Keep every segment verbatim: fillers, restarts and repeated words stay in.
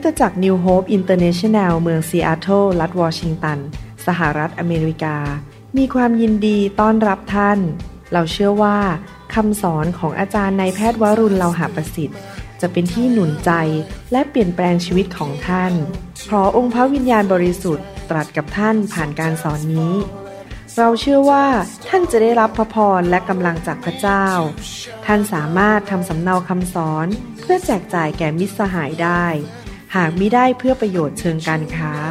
ตจักร New Hope International เมืองซีแอตเทิลรัฐวอชิงตันสหรัฐอเมริกามีความยินดีต้อนรับท่านเราเชื่อว่าคำสอนของอาจารย์นายแพทย์วรุณ เลาหะประสิทธิ์จะเป็นที่หนุนใจและเปลี่ยนแปลงชีวิตของท่านเพราะองค์พระวิญญาณบริสุทธิ์ตรัสกับท่านผ่านการสอนนี้เราเชื่อว่าท่านจะได้รับพระพรและกำลังจากพระเจ้าท่านสามารถทำสำเนาคำสอนเพื่อแจกจ่ายแก่มิตรสหายได้หากมิได้เพื่อประโยชน์เชิงการค้า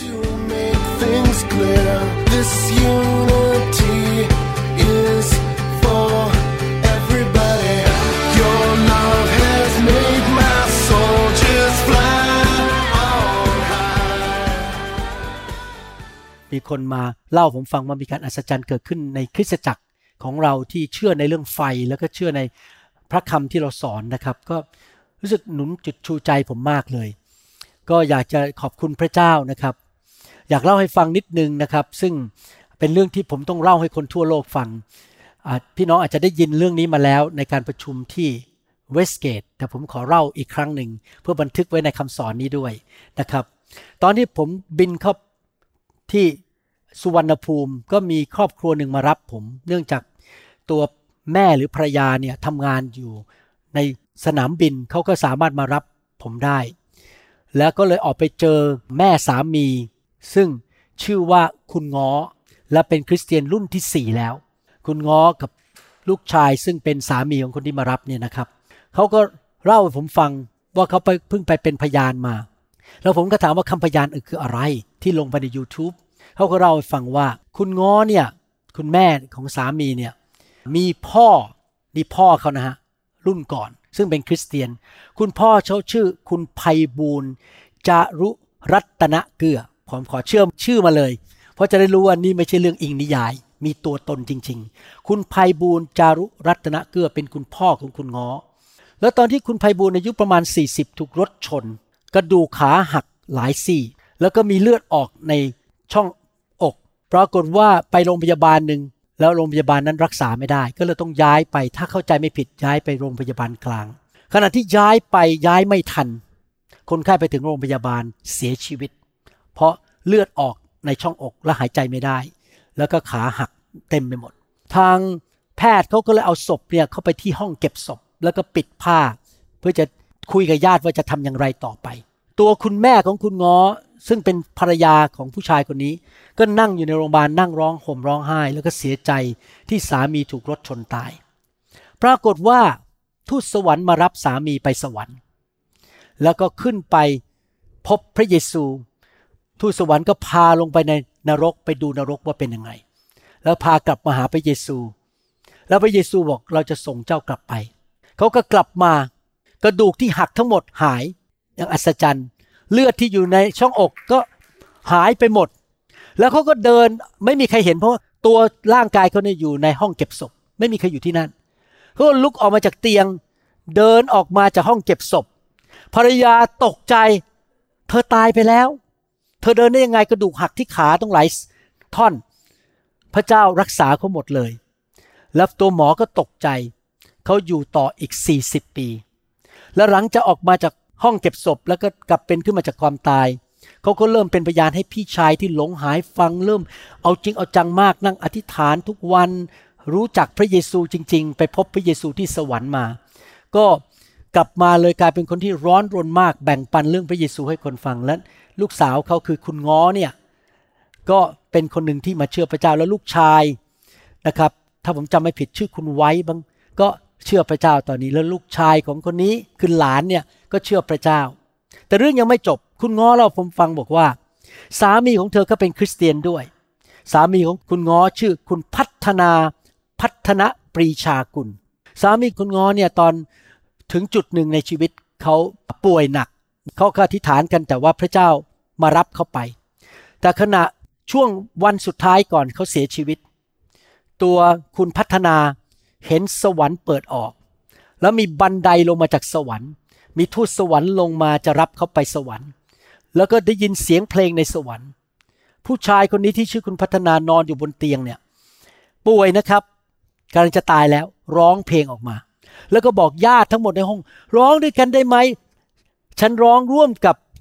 มีคนมาเล่าผมฟังว่ามีการอัศจรรย์เกิดขึ้นในคริสตจักรของเราที่เชื่อในเรื่องไฟแล้วก็เชื่อในพระคำที่เราสอนนะครับก็รู้สึกหนุนจุดชูใจผมมากเลยก็อยากจะขอบคุณพระเจ้านะครับอยากเล่าให้ฟังนิดนึงนะครับซึ่งเป็นเรื่องที่ผมต้องเล่าให้คนทั่วโลกฟังพี่น้องอาจจะได้ยินเรื่องนี้มาแล้วในการประชุมที่เวสเกตแต่ผมขอเล่าอีกครั้งหนึ่งเพื่อบันทึกไว้ในคำสอนนี้ด้วยนะครับตอนที่ผมบินเข้าที่สุวรรณภูมิก็มีครอบครัวหนึ่งมารับผมเนื่องจากตัวแม่หรือภรรยาเนี่ยทำงานอยู่ในสนามบินเขาก็สามารถมารับผมได้แล้วก็เลยออกไปเจอแม่สามีซึ่งชื่อว่าคุณง้อและเป็นคริสเตียนรุ่นที่สี่แล้วคุณง้อกับลูกชายซึ่งเป็นสามีของคนที่มารับเนี่ยนะครับเขาก็เล่าให้ผมฟังว่าเขาไปเพิ่งไปเป็นพยานมาแล้วผมก็ถามว่าคำพยานคืออะไรที่ลงไปใน YouTube เขาก็เล่าให้ฟังว่าคุณง้อเนี่ยคุณแม่ของสามีเนี่ยมีพ่อนี่พ่อเขานะฮะรุ่นก่อนซึ่งเป็นคริสเตียนคุณพ่อเขาชื่อคุณไพบูลย์จารุรัตนเกื้อผมขอเชื่อมชื่อมาเลยเพราะจะได้รู้ว่านี่ไม่ใช่เรื่องอิงนิยายมีตัวตนจริงๆคุณไพบูลย์จารุรัตนเกื้อเป็นคุณพ่อของคุณง้อแล้วตอนที่คุณไพบูลย์อายุประมาณสี่สิบถูกรถชนกระดูกขาหักหลายซี่แล้วก็มีเลือดออกในช่องอกปรากฏว่าไปโรงพยาบาลนึงแล้วโรงพยาบาลนั้นรักษาไม่ได้ก็เลยต้องย้ายไปถ้าเข้าใจไม่ผิดย้ายไปโรงพยาบาลกลางขณะที่ย้ายไปย้ายไม่ทันคนไข้ไปถึงโรงพยาบาลเสียชีวิตเพราะเลือดออกในช่องอกและหายใจไม่ได้แล้วก็ขาหักเต็มไปหมดทางแพทย์เขาก็เลยเอาศพเนี่ยเข้าไปที่ห้องเก็บศพแล้วก็ปิดผ้าเพื่อจะคุยกับญาติว่าจะทำอย่างไรต่อไปตัวคุณแม่ของคุณง้อซึ่งเป็นภรรยาของผู้ชายคนนี้ก็นั่งอยู่ในโรงพยาบาลนั่งร้องห่มร้องไห้แล้วก็เสียใจที่สามีถูกรถชนตายปรากฏว่าทูตสวรรค์มารับสามีไปสวรรค์แล้วก็ขึ้นไปพบพระเยซูทูตสวรรค์ก็พาลงไปในนรกไปดูนรกว่าเป็นยังไงแล้วพากลับมาหาพระเยซูแล้วพระเยซูบอกเราจะส่งเจ้ากลับไปเขาก็กลับมากระดูกที่หักทั้งหมดหายอย่างอัศจรรย์เลือดที่อยู่ในช่องอกก็หายไปหมดแล้วเขาก็เดินไม่มีใครเห็นเพราะตัวร่างกายเขาเนี่ยอยู่ในห้องเก็บศพไม่มีใครอยู่ที่นั่นเขาลุกออกมาจากเตียงเดินออกมาจากห้องเก็บศพภรรยาตกใจเธอตายไปแล้วเธอเดินได้ยังไงกระดูกหักที่ขาต้องหลายท่อนพระเจ้ารักษาเขาหมดเลยแล้วตัวหมอก็ตกใจเขาอยู่ต่ออีกสี่สิบปีแล้วหลังจะออกมาจากห้องเก็บศพแล้วก็กลับเป็นขึ้นมาจากความตายเขาก็เริ่มเป็นพยานให้พี่ชายที่หลงหายฟังเริ่มเอาจริงเอาจังมากนั่งอธิษฐานทุกวันรู้จักพระเยซูจริงๆไปพบพระเยซูที่สวรรค์มาก็กลับมาเลยกลายเป็นคนที่ร้อนรนมากแบ่งปันเรื่องพระเยซูให้คนฟังและลูกสาวเขาคือคุณง้อเนี่ยก็เป็นคนหนึ่งที่มาเชื่อพระเจ้าแล้วลูกชายนะครับถ้าผมจำไม่ผิดชื่อคุณไว้บ้างก็เชื่อพระเจ้าตอนนี้แล้วลูกชายของคนนี้คือหลานเนี่ยก็เชื่อพระเจ้าแต่เรื่องยังไม่จบคุณง้อเราผมฟังบอกว่าสามีของเธอก็เป็นคริสเตียนด้วยสามีของคุณง้อชื่อคุณพัฒนาพัฒนปรีชากุลสามีคุณง้อเนี่ยตอนถึงจุดหนึ่งในชีวิตเขาป่วยหนักเขาก็อธิษฐานกันแต่ว่าพระเจ้ามารับเขาไปแต่ขณะช่วงวันสุดท้ายก่อนเขาเสียชีวิตตัวคุณพัฒนาเห็นสวรรค์เปิดออกแล้วมีบันไดลงมาจากสวรรค์มีทูตสวรรค์ลงมาจะรับเขาไปสวรรค์แล้วก็ได้ยินเสียงเพลงในสวรรค์ผู้ชายคนนี้ที่ชื่อคุณพัฒนานอนอยู่บนเตียงเนี่ยป่วยนะครับกำลังจะตายแล้วร้องเพลงออกมาแล้วก็บอกญาติทั้งหมดในห้องร้องด้วยกันได้ไหมฉันร้องร่วมกับ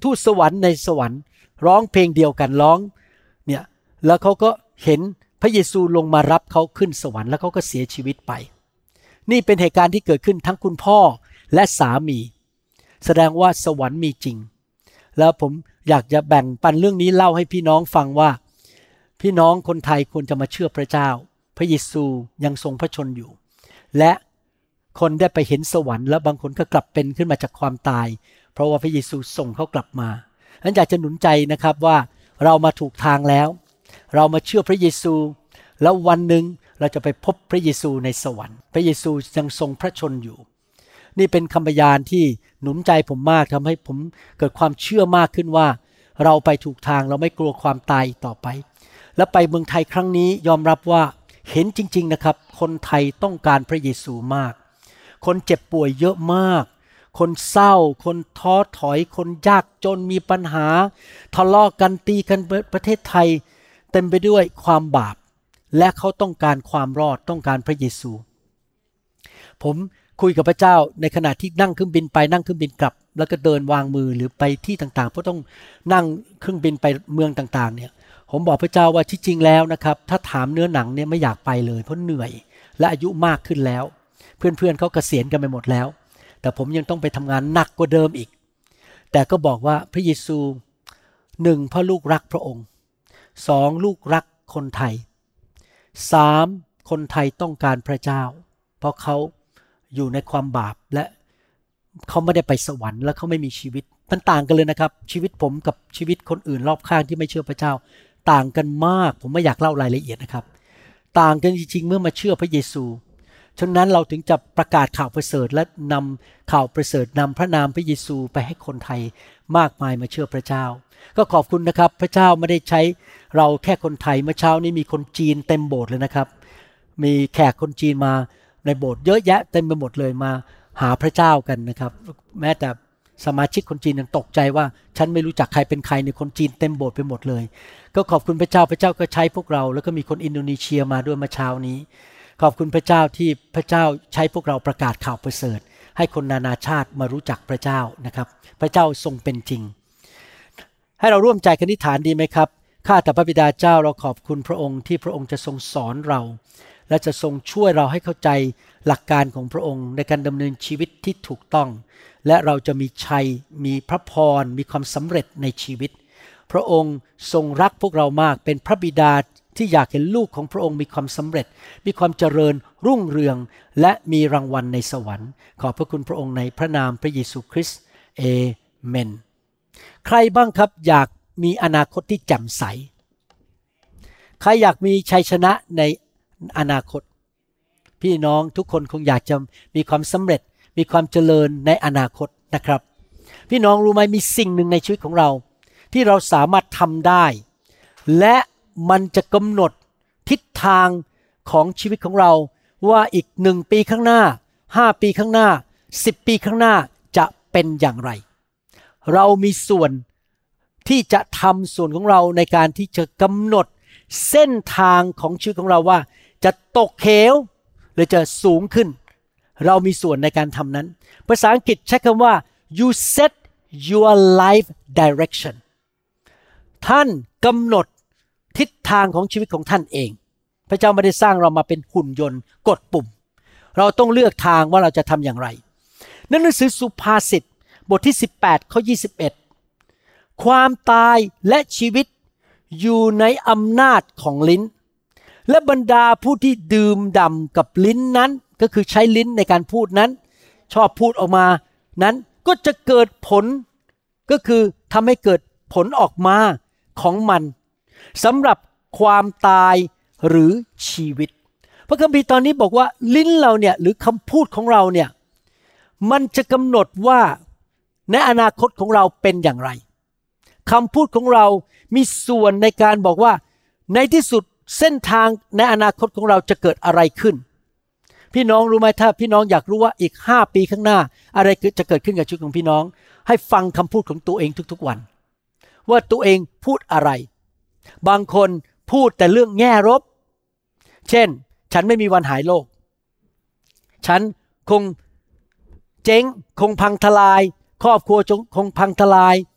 ทูตสวรรค์ในสวรรค์ร้องเพลงเดียวกันร้องเนี่ยแล้วเขาก็เห็นพระเยซูลงมารับเขาขึ้นสวรรค์แล้วเขาก็เสียชีวิตไปนี่เป็นเหตุการณ์ที่เกิดขึ้นทั้งคุณพ่อและสามีแสดงว่าสวรรค์มีจริงแล้วผมอยากจะแบ่งปันเรื่องนี้เล่าให้พี่น้องฟังว่าพี่น้องคนไทยควรจะมาเชื่อพระเจ้าพระเยซูยังทรงพระชนอยู่และคนได้ไปเห็นสวรรค์แล้วบางคนก็กลับเป็นขึ้นมาจากความตายเพราะว่าพระเยซูส่งเขากลับมาฉะนั้นอยากจะหนุนใจนะครับว่าเรามาถูกทางแล้วเรามาเชื่อพระเยซูแล้ววันหนึ่งเราจะไปพบพระเยซูในสวรรค์พระเยซูยังทรงพระชนอยู่นี่เป็นคำพยานที่หนุนใจผมมากทำให้ผมเกิดความเชื่อมากขึ้นว่าเราไปถูกทางเราไม่กลัวความตายอีกต่อไปและไปเมืองไทยครั้งนี้ยอมรับว่าเห็นจริงๆนะครับคนไทยต้องการพระเยซูมากคนเจ็บป่วยเยอะมากคนเศร้าคนท้อถอยคนยากจนมีปัญหาทะเลาะกันตีกันประเทศไทยเต็มไปด้วยความบาปและเขาต้องการความรอดต้องการพระเยซูผมคุยกับพระเจ้าในขณะที่นั่งเครื่องบินไปนั่งเครื่องบินกลับแล้วก็เดินวางมือหรือไปที่ต่างๆเพราะต้องนั่งเครื่องบินไปเมืองต่างๆเนี่ยผมบอกพระเจ้าว่าที่จริงแล้วนะครับถ้าถามเนื้อหนังเนี่ยไม่อยากไปเลยเพราะเหนื่อยและอายุมากขึ้นแล้วเพื่อนๆเขาเกษียณกันไปหมดแล้วแต่ผมยังต้องไปทำงานหนักกว่าเดิมอีกแต่ก็บอกว่าพระเยซูหนึ่งเพราะลูกรักพระองค์สองลูกรักคนไทยสามคนไทยต้องการพระเจ้าเพราะเขาอยู่ในความบาปและเขาไม่ได้ไปสวรรค์และเขาไม่มีชีวิตมันต่างกันเลยนะครับชีวิตผมกับชีวิตคนอื่นรอบข้างที่ไม่เชื่อพระเจ้าต่างกันมากผมไม่อยากเล่ารายละเอียดนะครับต่างกันจริงๆเมื่อมาเชื่อพระเยซูฉะนั้นเราถึงจะประกาศข่าวประเสริฐและนำข่าวประเสริฐนำพระนามพระเยซูไปให้คนไทยมากมายมาเชื่อพระเจ้าก็ขอบคุณนะครับพระเจ้าไม่ได้ใช้เราแค่คนไทยเมื่อเช้านี้มีคนจีนเต็มโบสถ์เลยนะครับมีแขกคนจีนมาในโบสถ์เยอะแยะเต็มไปหมดเลยมาหาพระเจ้ากันนะครับแม้แต่สมาชิกคนจีนยังตกใจว่าฉันไม่รู้จักใครเป็นใครในคนจีนเต็มโบสถ์ไปหมดเลยก็ขอบคุณพระเจ้าพระเจ้าก็ใช้พวกเราแล้วก็มีคนอินโดนีเซียมาด้วยเมื่อเช้านี้ขอบคุณพระเจ้าที่พระเจ้าใช้พวกเราประกาศข่าวประเสริฐให้คนนานาชาติมารู้จักพระเจ้านะครับพระเจ้าทรงเป็นจริงให้เราร่วมใจกันอธิษฐานดีไหมครับข้าแต่พระบิดาเจ้าเราขอบคุณพระองค์ที่พระองค์จะทรงสอนเราและจะทรงช่วยเราให้เข้าใจหลักการของพระองค์ในการดำเนินชีวิตที่ถูกต้องและเราจะมีชัยมีพระพรมีความสำเร็จในชีวิตพระองค์ทรงรักพวกเรามากเป็นพระบิดาที่อยากเห็นลูกของพระองค์มีความสำเร็จมีความเจริญรุ่งเรืองและมีรางวัลในสวรรค์ขอบพระคุณพระองค์ในพระนามพระเยซูคริสต์เอเมนใครบ้างครับอยากมีอนาคตที่แจ่มใสใครอยากมีชัยชนะในอนาคตพี่น้องทุกคนคงอยากจะมีความสำเร็จมีความเจริญในอนาคตนะครับพี่น้องรู้ไหมมีสิ่งหนึ่งในชีวิตของเราที่เราสามารถทำได้และมันจะกำหนดทิศทางของชีวิตของเราว่าอีกหนึ่งปีข้างหน้าห้าปีข้างหน้าสิบปีข้างหน้าจะเป็นอย่างไรเรามีส่วนที่จะทำส่วนของเราในการที่จะกำหนดเส้นทางของชีวิตของเราว่าจะตกเหวหรือจะสูงขึ้นเรามีส่วนในการทำนั้นภาษาอังกฤษใช้คำว่า you set your life direction ท่านกำหนดทิศทางของชีวิตของท่านเองพระเจ้าไม่ได้สร้างเรามาเป็นหุ่นยนต์กดปุ่มเราต้องเลือกทางว่าเราจะทำอย่างไรหนังสือสุภาษิตบทที่สิบแปดข้อยี่สิบเอ็ดความตายและชีวิตอยู่ในอำนาจของลิ้นและบรรดาผู้ที่ดื่มด่ำกับลิ้นนั้นก็คือใช้ลิ้นในการพูดนั้นชอบพูดออกมานั้นก็จะเกิดผลก็คือทำให้เกิดผลออกมาของมันสำหรับความตายหรือชีวิตพระคัมภีร์ตอนนี้บอกว่าลิ้นเราเนี่ยหรือคำพูดของเราเนี่ยมันจะกำหนดว่าในอนาคตของเราเป็นอย่างไรคำพูดของเรามีส่วนในการบอกว่าในที่สุดเส้นทางในอนาคตของเราจะเกิดอะไรขึ้นพี่น้องรู้ไหมถ้าพี่น้องอยากรู้ว่าอีกห้าปีข้างหน้าอะไรจะเกิดขึ้นกับชีวิตของพี่น้องให้ฟังคำพูดของตัวเองทุกๆวันว่าตัวเองพูดอะไรบางคนพูดแต่เรื่องแง่ลบเช่นฉันไม่มีวันหายโรคฉันคงเจ๊งคงพังทลายครอบครัวคงพังทลาย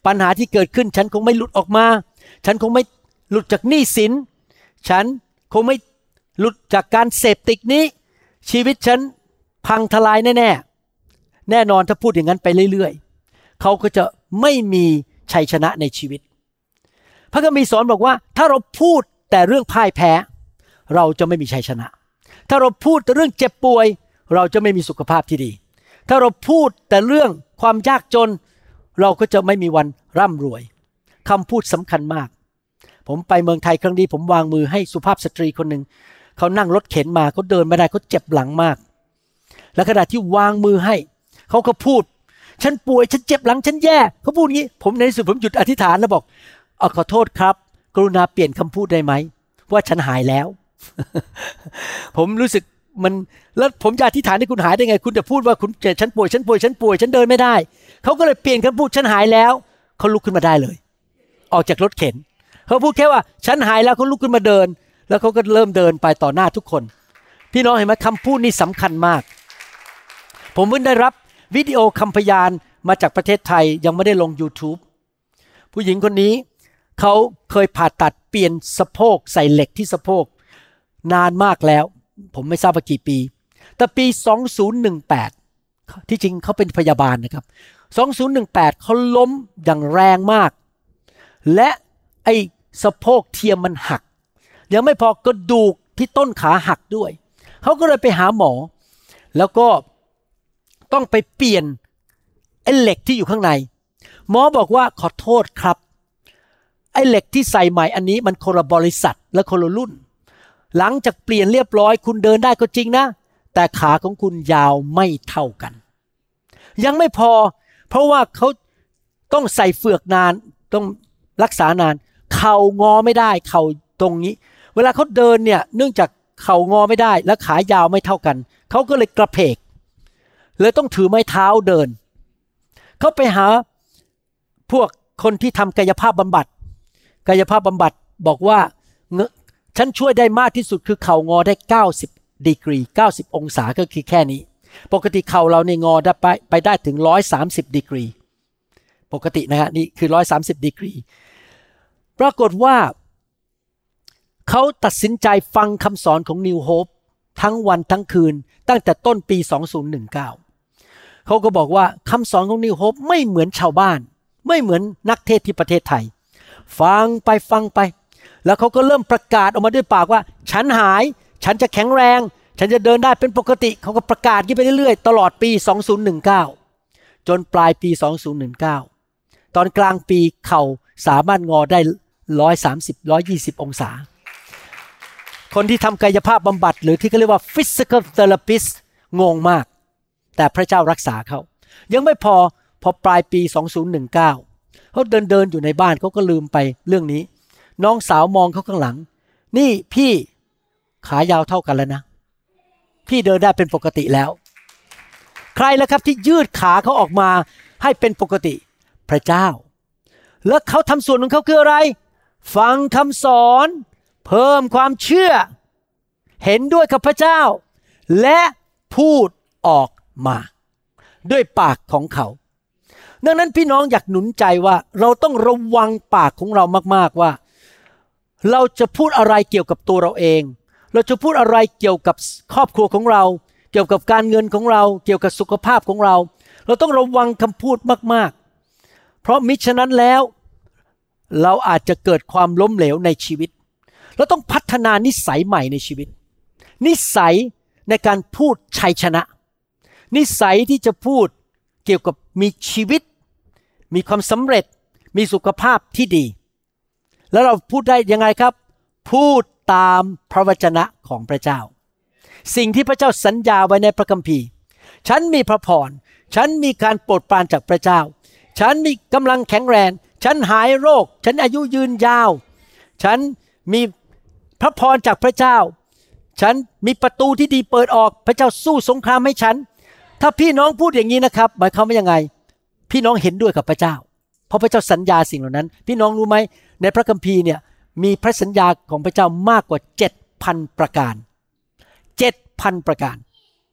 ปัญหาที่เกิดขึ้นฉันคงไม่หลุดออกมาฉันคงไม่หลุดจากหนี้สินฉันคงไม่หลุดจากการเสพติดนี้ชีวิตฉันพังทลายแน่ๆแน่นอนถ้าพูดอย่างนั้นไปเรื่อยๆเขาก็จะไม่มีชัยชนะในชีวิตพระคัมภีร์สอนบอกว่าถ้าเราพูดแต่เรื่องพ่ายแพ้เราจะไม่มีชัยชนะถ้าเราพูดแต่เรื่องเจ็บป่วยเราจะไม่มีสุขภาพที่ดีถ้าเราพูดแต่เรื่องความยากจนเราก็จะไม่มีวันร่ำรวยคำพูดสำคัญมากผมไปเมืองไทยครั้งนี้ผมวางมือให้สุภาพสตรีคนหนึ่งเขานั่งรถเข็นมาเขาเดินไม่ได้เขาเจ็บหลังมากและขณะที่วางมือให้เขาก็พูดฉันป่วยฉันเจ็บหลังฉันแย่เขาพูดงี้ผมในที่สุดผมหยุดอธิษฐานแล้วบอกเอาขอโทษครับกรุณาเปลี่ยนคำพูดได้ไหมว่าฉันหายแล้ว ผมรู้สึกมันแล้วผมจะอธิษฐานให้คุณหายได้ไงคุณจะพูดว่าคุณเจ็บฉันป่วยฉันป่วยฉันป่วยฉันเดินไม่ได้เขาก็เลยเปลี่ยนคำพูดฉันหายแล้วเขาลุกขึ้นมาได้เลยออกจากรถเข็นเขาพูดแค่ว่าฉันหายแล้วเขาลุกขึ้นมาเดินแล้วเขาก็เริ่มเดินไปต่อหน้าทุกคนพี่น้องเห็นไหมคำพูดนี่สำคัญมากผมเพิ่งได้รับวิดีโอคำพยานมาจากประเทศไทยยังไม่ได้ลง YouTube ผู้หญิงคนนี้เขาเคยผ่าตัดเปลี่ยนสะโพกใส่เหล็กที่สะโพกนานมากแล้วผมไม่ทราบว่ากี่ปีแต่ปีสองพันสิบแปดที่จริงเขาเป็นพยาบาลนะครับสองพันสิบแปดเขาล้มอย่างแรงมากและไอ้สะโพกเทียมมันหักยังไม่พอกระดูกที่ต้นขาหักด้วยเขาก็เลยไปหาหมอแล้วก็ต้องไปเปลี่ยนไอ้เหล็กที่อยู่ข้างในหมอบอกว่าขอโทษครับไอ้เหล็กที่ใส่ใหม่อันนี้มันคนละบริษัทและคนละรุ่นหลังจากเปลี่ยนเรียบร้อยคุณเดินได้ก็จริงนะแต่ขาของคุณยาวไม่เท่ากันยังไม่พอเพราะว่าเขาต้องใส่เฟือกนานต้องรักษานานเข่างอไม่ได้เข่าตรงนี้เวลาเขาเดินเนี่ยเนื่องจากเข่างอไม่ได้และขายาวไม่เท่ากันเขาก็เลยกระเพกเลยต้องถือไม้เท้าเดินเขาไปหาพวกคนที่ทำกายภาพบำบัดกายภาพบำบัดบอกว่าฉันช่วยได้มากที่สุดคือเข่างอได้เก้าสิบดีกรีเก้าสิบองศาก็คือแค่นี้ปกติเข่าเราในงอได้ไปไปได้ถึงหนึ่งร้อยสามสิบดีกรีปกตินะฮะนี่คือหนึ่งร้อยสามสิบดีกรีปรากฏว่าเขาตัดสินใจฟังคำสอนของ New Hope ทั้งวันทั้งคืนตั้งแต่ต้นปีสองพันสิบเก้าเขาก็บอกว่าคำสอนของ New Hope ไม่เหมือนชาวบ้านไม่เหมือนนักเทศที่ประเทศไทยฟังไปฟังไปแล้วเขาก็เริ่มประกาศออกมาด้วยปากว่าฉันหายฉันจะแข็งแรงฉันจะเดินได้เป็นปกติเขาก็ประกาศกันไปเรื่อยๆตลอดปีสองพันสิบเก้าจนปลายปีสองพันสิบเก้าตอนกลางปีเข่าสามารถงอได้หนึ่งร้อยสามสิบ หนึ่งร้อยยี่สิบองศาคนที่ทำกายภาพบำบัดหรือที่เขาเรียกว่า physical therapist งงมากแต่พระเจ้ารักษาเขายังไม่พอพอปลายปีสองพันสิบเก้าเขาเดินเดินอยู่ในบ้านเขาก็ลืมไปเรื่องนี้น้องสาวมองเขาข้างหลังนี่พี่ขายาวเท่ากันแล้วนะพี่เดินได้เป็นปกติแล้วใครล่ะครับที่ยืดขาเขาออกมาให้เป็นปกติพระเจ้าแล้วเขาทำส่วนของเขาคืออะไรฟังคำสอนเพิ่มความเชื่อเห็นด้วยกับพระเจ้าและพูดออกมาด้วยปากของเขาดังนั้นพี่น้องอยากหนุนใจว่าเราต้องระวังปากของเรามากๆว่าเราจะพูดอะไรเกี่ยวกับตัวเราเองเราจะพูดอะไรเกี่ยวกับครอบครัวของเราเกี่ยวกับการเงินของเราเกี่ยวกับสุขภาพของเราเราต้องระวังคำพูดมากๆเพราะมิฉะนั้นแล้วเราอาจจะเกิดความล้มเหลวในชีวิตเราต้องพัฒนานิสัยใหม่ในชีวิตนิสัยในการพูดชัยชนะนิสัยที่จะพูดเกี่ยวกับมีชีวิตมีความสำเร็จมีสุขภาพที่ดีแล้วเราพูดได้ยังไงครับพูดตามพระวจนะของพระเจ้าสิ่งที่พระเจ้าสัญญาไว้ในพระคัมภีร์ฉันมีพระพรฉันมีการโปรดปรานจากพระเจ้าฉันมีกำลังแข็งแรงฉันหายโรคฉันอายุยืนยาวฉันมีพระพรจากพระเจ้าฉันมีประตูที่ดีเปิดออกพระเจ้าสู้สงครามให้ฉันถ้าพี่น้องพูดอย่างนี้นะครับหมายความว่ายังไงพี่น้องเห็นด้วยกับพระเจ้าเพราะพระเจ้าสัญญาสิ่งเหล่านั้นพี่น้องรู้ไหมในพระคัมภีร์เนี่ยมีพระสัญญาของพระเจ้ามากกว่า เจ็ดพัน ประการ เจ็ดพัน ประการ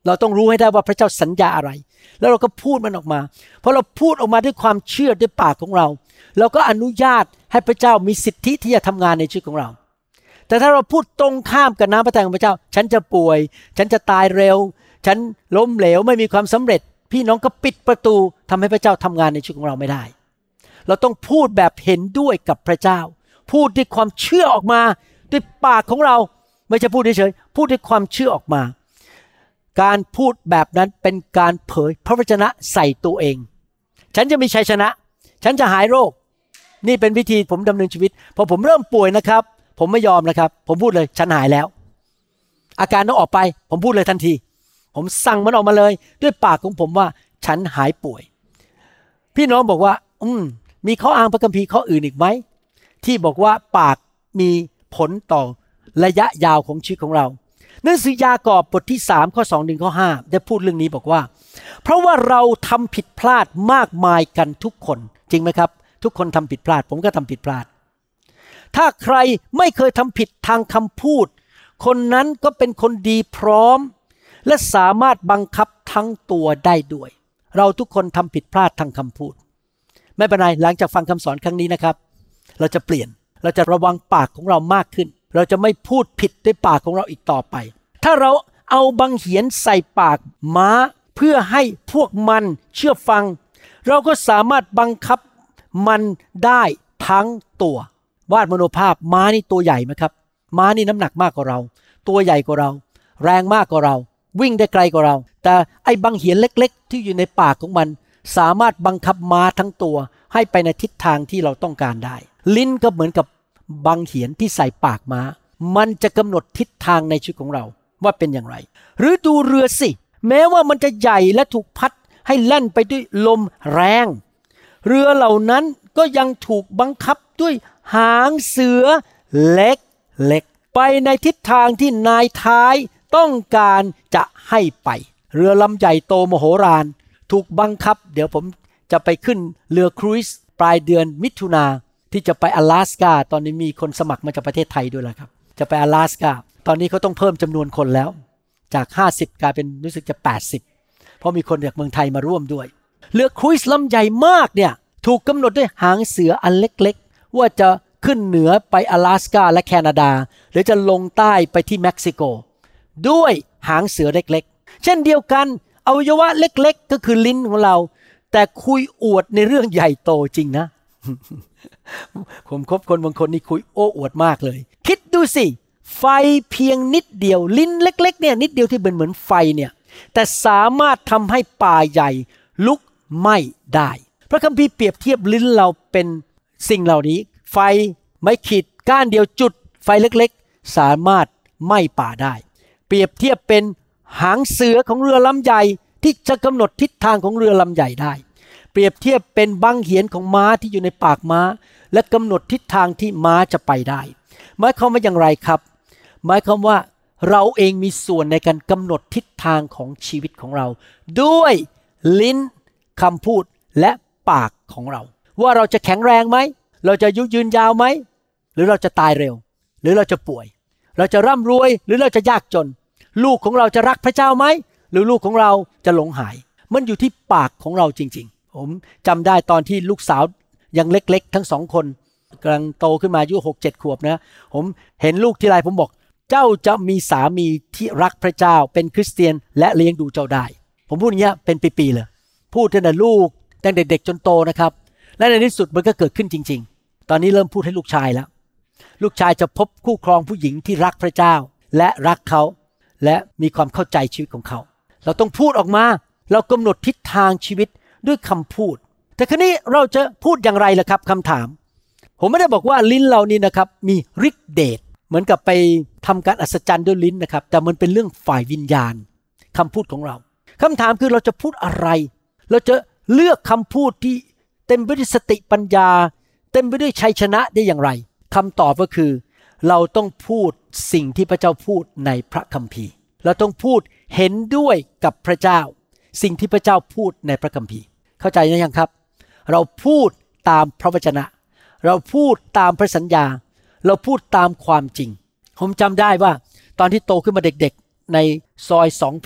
เราต้องรู้ให้ได้ว่าพระเจ้าสัญญาอะไรแล้วเราก็พูดมันออกมาเพราะเราพูดออกมาด้วยความเชื่อด้วยปากของเราเราก็อนุญาตให้พระเจ้ามีสิทธิที่จะทำงานในชีวิตของเราแต่ถ้าเราพูดตรงข้ามกับน้ำพระทัยของพระเจ้าฉันจะป่วยฉันจะตายเร็วฉันล้มเหลวไม่มีความสำเร็จพี่น้องก็ปิดประตูทำให้พระเจ้าทำงานในชีวิตของเราไม่ได้เราต้องพูดแบบเห็นด้วยกับพระเจ้าพูดด้วยความเชื่อออกมาด้วยปากของเราไม่ใช่พูดเฉยๆพูดด้วยความเชื่อออกมาการพูดแบบนั้นเป็นการเผยพระวจนะใส่ตัวเองฉันจะมีชัยชนะฉันจะหายโรคนี่เป็นวิธีผมดำเนินชีวิตพอผมเริ่มป่วยนะครับผมไม่ยอมนะครับผมพูดเลยฉันหายแล้วอาการต้องออกไปผมพูดเลยทันทีผมสั่งมันออกมาเลยด้วยปากของผมว่าฉันหายป่วยพี่น้องบอกว่าอืมมีข้ออ้างพระคัมภีร์ข้ออื่นอีกไหมที่บอกว่าปากมีผลต่อระยะยาวของชีวิตของเราหนังสือยากอบบทที่สามข้อสองถึงข้อห้าได้พูดเรื่องนี้บอกว่าเพราะว่าเราทำผิดพลาดมากมายกันทุกคนจริงไหมครับทุกคนทำผิดพลาดผมก็ทำผิดพลาดถ้าใครไม่เคยทำผิดทางคำพูดคนนั้นก็เป็นคนดีพร้อมและสามารถบังคับทั้งตัวได้ด้วยเราทุกคนทำผิดพลาดทางคำพูดไม่เป็นไรหลังจากฟังคำสอนครั้งนี้นะครับเราจะเปลี่ยนเราจะระวังปากของเรามากขึ้นเราจะไม่พูดผิดด้วยปากของเราอีกต่อไปถ้าเราเอาบังเหียนใส่ปากม้าเพื่อให้พวกมันเชื่อฟังเราก็สามารถบังคับมันได้ทั้งตัววาดมโนภาพม้านี่ตัวใหญ่ไหมครับม้านี่น้ำหนักมากกว่าเราตัวใหญ่กว่าเราแรงมากกว่าเราวิ่งได้ไกลกว่าเราแต่ไอ้บังเหียนเล็กๆที่อยู่ในปากของมันสามารถบังคับม้าทั้งตัวให้ไปในทิศทางที่เราต้องการได้ลิ้นก็เหมือนกับบังเหียนที่ใส่ปากม้ามันจะกำหนดทิศทางในชีวิตของเราว่าเป็นอย่างไรหรือดูเรือสิแม้ว่ามันจะใหญ่และถูกพัดให้แล่นไปด้วยลมแรงเรือเหล่านั้นก็ยังถูกบังคับด้วยหางเสือเล็กๆไปในทิศทางที่นายท้ายต้องการจะให้ไปเรือลำใหญ่โตมโหฬารถูกบังคับเดี๋ยวผมจะไปขึ้นเรือครูซปลายเดือนมิถุนาที่จะไป阿拉斯加ตอนนี้มีคนสมัครมาจากประเทศไทยด้วยแล้วครับจะไป阿拉斯加ตอนนี้เขาต้องเพิ่มจำนวนคนแล้วจากห้าสิบกลายเป็นรู้สึกจะแปดสิบเพราะมีคนจากเมืองไทยมาร่วมด้วยเรือครูซลำใหญ่มากเนี่ยถูกกำหนดด้วยหางเสืออันเล็กๆว่าจะขึ้นเหนือไป阿拉斯加และแคนาดาหรือจะลงใต้ไปที่เม็กซิโกด้วยหางเสือเล็กๆเช่นเดียวกันอวัยวะเล็กๆก็คือลิ้นของเราแต่คุยอวดในเรื่องใหญ่โตจริงนะ ผมคบคนบางคนนี่คุยโอ้อวดมากเลยคิดดูสิไฟเพียงนิดเดียวลิ้นเล็กๆเนี่ยนิดเดียวที่เป็นเหมือนไฟเนี่ยแต่สามารถทำให้ป่าใหญ่ลุกไหม้ได้พระคัมภีร์เปรียบเทียบลิ้นเราเป็นสิ่งเหล่านี้ไฟไม้ขีดก้านเดียวจุดไฟเล็กๆสามารถไหม้ป่าได้เปรียบเทียบเป็นหางเสือของเรือลำใหญ่ที่จะกำหนดทิศทางของเรือลำใหญ่ได้เปรียบเทียบเป็นบังเหียนของม้าที่อยู่ในปากม้าและกำหนดทิศทางที่ม้าจะไปได้หมายความว่าอย่างไรครับหมายความว่าเราเองมีส่วนในการกำหนดทิศทางของชีวิตของเราด้วยลิ้นคำพูดและปากของเราว่าเราจะแข็งแรงไหมเราจะอายุยืนยาวไหมหรือเราจะตายเร็วหรือเราจะป่วยเราจะร่ำรวยหรือเราจะยากจนลูกของเราจะรักพระเจ้าไหมหรือลูกของเราจะหลงหายมันอยู่ที่ปากของเราจริงๆผมจำได้ตอนที่ลูกสาวยังเล็กๆทั้งสองคนกำลังโตขึ้นมาอายุ หกเจ็ด ขวบนะผมเห็นลูกทีไรผมบอกเจ้าจะมีสามีที่รักพระเจ้าเป็นคริสเตียนและเลี้ยงดูเจ้าได้ผมพูดอย่างเงี้ยเป็นปีๆเลยพูดตั้งแต่ลูกตั้งแต่เด็กจนโตนะครับและในที่สุดมันก็เกิดขึ้นจริงๆตอนนี้เริ่มพูดให้ลูกชายแล้วลูกชายจะพบคู่ครองผู้หญิงที่รักพระเจ้าและรักเขาและมีความเข้าใจชีวิตของเขาเราต้องพูดออกมาเรากำหนดทิศทางชีวิตด้วยคำพูดแต่คราวนี้เราจะพูดอย่างไรล่ะครับคำถามผมไม่ได้บอกว่าลิ้นเรานี่นะครับมีฤทธิ์เดชเหมือนกับไปทำการอัศจรรย์ด้วยลิ้นนะครับแต่มันเป็นเรื่องฝ่ายวิญญาณคำพูดของเราคำถามคือเราจะพูดอะไรเราจะเลือกคำพูดที่เต็มไปด้วยสติปัญญาเต็มไปด้วยชัยชนะได้อย่างไรคำตอบก็คือเราต้องพูดสิ่งที่พระเจ้าพูดในพระคัมภีร์เราต้องพูดเห็นด้วยกับพระเจ้าสิ่งที่พระเจ้าพูดในพระคัมภีร์เข้าใจหรือยังครับเราพูดตามพระวจนะเราพูดตามพระสัญญาเราพูดตามความจริงผมจำได้ว่าตอนที่โตขึ้นมาเด็กๆในซอยสองพระ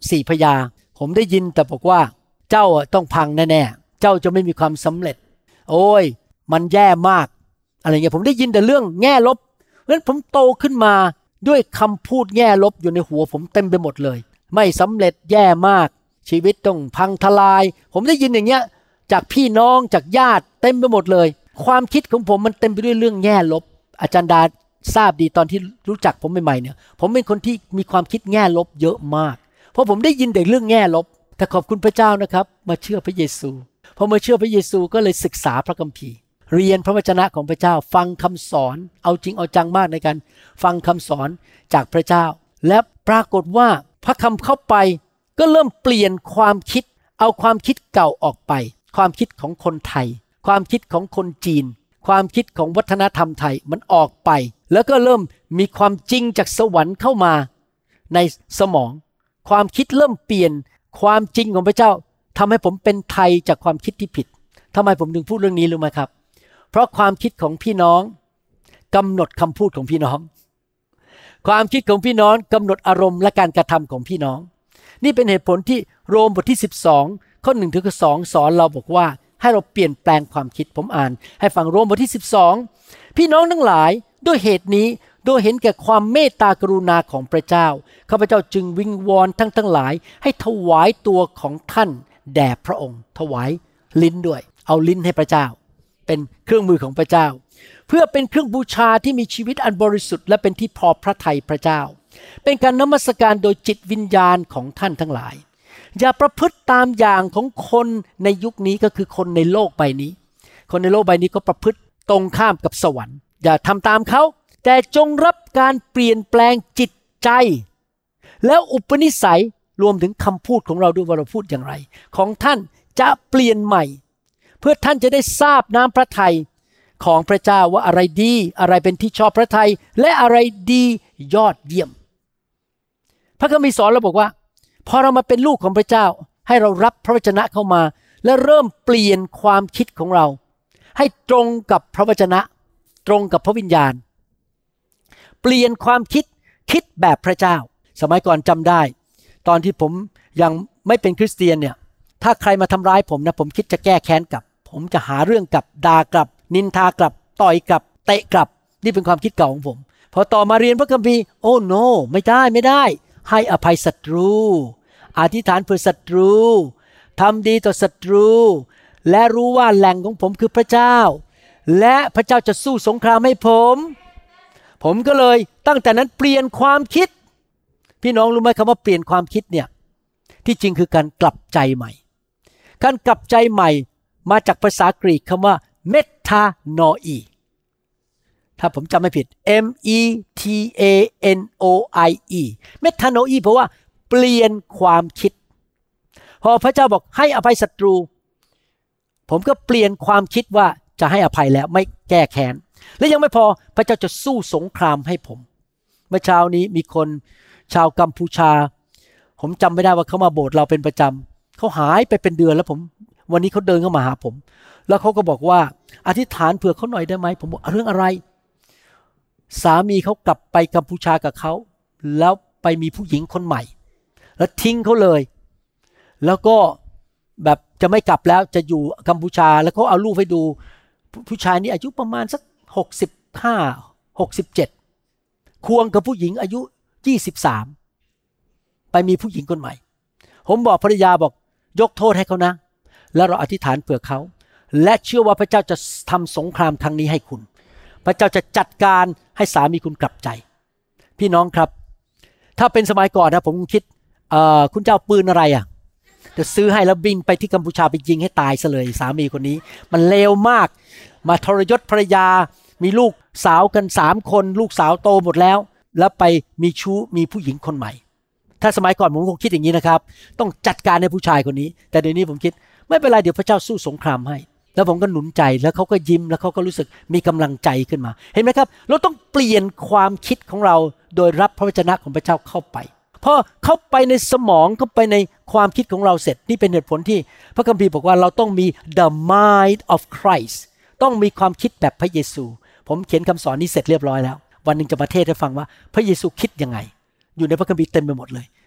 สี่พยาผมได้ยินแต่บอกว่าเจ้าต้องพังแน่ๆเจ้าจะไม่มีความสำเร็จโอ้ยมันแย่มากอะไรเงี้ยผมได้ยินแต่เรื่องแง่ลบเพราะฉะนั้นผมโตขึ้นมาด้วยคำพูดแง่ลบอยู่ในหัวผมเต็มไปหมดเลยไม่สำเร็จแย่มากชีวิตต้องพังทลายผมได้ยินอย่างเงี้ยจากพี่น้องจากญาติเต็มไปหมดเลยความคิดของผมมันเต็มไปด้วยเรื่องแง่ลบอาจารย์ดาทราบดีตอนที่รู้จักผมใหม่ๆเนี่ยผมเป็นคนที่มีความคิดแง่ลบเยอะมากเพราะผมได้ยินแต่เรื่องแง่ลบแต่ขอบคุณพระเจ้านะครับมาเชื่อพระเยซูพอมาเชื่อพระเยซูก็เลยศึกษาพระคัมภีร์เรียนพระวจนะของพระเจ้าฟังคำสอนเอาจริงเอาจังมากในการฟังคำสอนจากพระเจ้าและปรากฏว่าพระคำเข้าไปก็เริ่มเปลี่ยนความคิดเอาความคิดเก่าออกไปความคิดของคนไทยความคิดของคนจีนความคิดของวัฒนธรรมไทยมันออกไปแล้วก็เริ่มมีความจริงจากสวรรค์เข้ามาในสมองความคิดเริ่มเปลี่ยนความจริงของพระเจ้าทำให้ผมเป็นไทยจากความคิดที่ผิดทำไมผมถึงพูดเรื่องนี้รู้ไหมครับเพราะความคิดของพี่น้องกำหนดคำพูดของพี่น้องความคิดของพี่น้องกำหนดอารมณ์และการกระทำของพี่น้องนี่เป็นเหตุผลที่โรมบทที่สิบสองข้อหนึ่งถึงสองสอนเราบอกว่าให้เราเปลี่ยนแปลงความคิดผมอ่านให้ฟังโรมบทที่สิบสองพี่น้องทั้งหลายด้วยเหตุนี้โดยเห็นแก่ความเมตตากรุณาของพระเจ้าข้าพเจ้าจึงวิงวอนทั้งทั้งหลายให้ถวายตัวของท่านแด่พระองค์ถวายลิ้นด้วยเอาลิ้นให้พระเจ้าเป็นเครื่องมือของพระเจ้าเพื่อเป็นเครื่องบูชาที่มีชีวิตอันบริสุทธิ์และเป็นที่พอพระทัยพระเจ้าเป็นการนมัสการโดยจิตวิญญาณของท่านทั้งหลายอย่าประพฤติตามอย่างของคนในยุคนี้ก็คือคนในโลกใบนี้คนในโลกใบนี้ก็ประพฤติตรงข้ามกับสวรรค์อย่าทำตามเขาแต่จงรับการเปลี่ยนแปลงจิตใจแล้วอุปนิสัยรวมถึงคำพูดของเราด้วยว่าเราพูดอย่างไรของท่านจะเปลี่ยนใหม่เพื่อท่านจะได้ทราบน้ำพระทัยของพระเจ้าว่าอะไรดีอะไรเป็นที่ชอบพระทัยและอะไรดียอดเยี่ยมพระคัมภีร์สอนเราบอกว่าพอเรามาเป็นลูกของพระเจ้าให้เรารับพระวจนะเข้ามาและเริ่มเปลี่ยนความคิดของเราให้ตรงกับพระวจนะตรงกับพระวิญญาณเปลี่ยนความคิดคิดแบบพระเจ้าสมัยก่อนจำได้ตอนที่ผมยังไม่เป็นคริสเตียนเนี่ยถ้าใครมาทำร้ายผมนะผมคิดจะแก้แค้นกลับผมจะหาเรื่องกลับด่ากลับนินทากลับต่อยกลับเตะกลับนี่เป็นความคิดเก่าของผมพอต่อมาเรียนพระคัมภีร์โอ้โนไม่ได้ไม่ได้ให้อภัยศัตรูอธิษฐานเพื่อศัตรูทำดีต่อศัตรูและรู้ว่าแหล่งของผมคือพระเจ้าและพระเจ้าจะสู้สงครามให้ผมผมก็เลยตั้งแต่นั้นเปลี่ยนความคิดพี่น้องรู้ไหมคำว่าเปลี่ยนความคิดเนี่ยที่จริงคือการกลับใจใหม่การกลับใจใหม่มาจากภาษากรีกคำว่าเมทาโนอีถ้าผมจำไม่ผิด M E T A N O I E เมทาโนอีเพราะว่าเปลี่ยนความคิดพอพระเจ้าบอกให้อภัยศัตรูผมก็เปลี่ยนความคิดว่าจะให้อภัยแล้วไม่แก้แค้นและยังไม่พอพระเจ้าจะสู้สงครามให้ผมเมื่อเช้านี้มีคนชาวกัมพูชาผมจำไม่ได้ว่าเขามาโบสถ์เราเป็นประจำเขาหายไปเป็นเดือนแล้วผมวันนี้เขาเดินเข้ามาหาผมแล้วเขาก็บอกว่าอธิษฐานเผื่อเขาหน่อยได้ไหมผมบอกเรื่องอะไรสามีเขากลับไปกัมพูชากับเขาแล้วไปมีผู้หญิงคนใหม่แล้วทิ้งเขาเลยแล้วก็แบบจะไม่กลับแล้วจะอยู่กัมพูชาแล้วเขาเอารูปให้ดูผู้ชายนี่อายุประมาณสักหกสิบห้า หกสิบเจ็ดควงกับผู้หญิงอายุยี่สิบสามไปมีผู้หญิงคนใหม่ผมบอกภรรยาบอกยกโทษให้เขานะแล้วเราอธิษฐานเผื่อเขาและเชื่อว่าพระเจ้าจะทำสงครามครั้งนี้ให้คุณพระเจ้าจะจัดการให้สามีคุณกลับใจพี่น้องครับถ้าเป็นสมัยก่อนนะผมคิดเอ่อคุณเจ้าปืนอะไรอ่ะจะซื้อให้แล้วบินไปที่กัมพูชาไปยิงให้ตายซะเลยสามีคนนี้มันเลวมากมาทรยศภรรยามีลูกสาวกันสามคนลูกสาวโตหมดแล้วแล้วไปมีชู้มีผู้หญิงคนใหม่ถ้าสมัยก่อนผมคงคิดอย่างนี้นะครับต้องจัดการในผู้ชายคนนี้แต่เดี๋ยวนี้ผมคิดไม่เป็นไรเดี๋ยวพระเจ้าสู้สงครามให้แล้วผมก็หนุนใจแล้วเขาก็ยิ้มแล้วเขาก็รู้สึกมีกำลังใจขึ้นมาเห็นไหมครับเราต้องเปลี่ยนความคิดของเราโดยรับพระวจนะของพระเจ้าเข้าไปพอเข้าไปในสมองเข้าไปในความคิดของเราเสร็จนี่เป็นเหตุผลที่พระคัมภีร์บอกว่าเราต้องมี the mind of Christ ต้องมีความคิดแบบพระเยซูผมเขียนคำสอนนี้เสร็จเรียบร้อยแล้ววันนึงจะมาเทศน์ให้ฟังว่าพระเยซูคิดยังไงอยู่ในพระคัมภีร์เต็มไปหมดเลย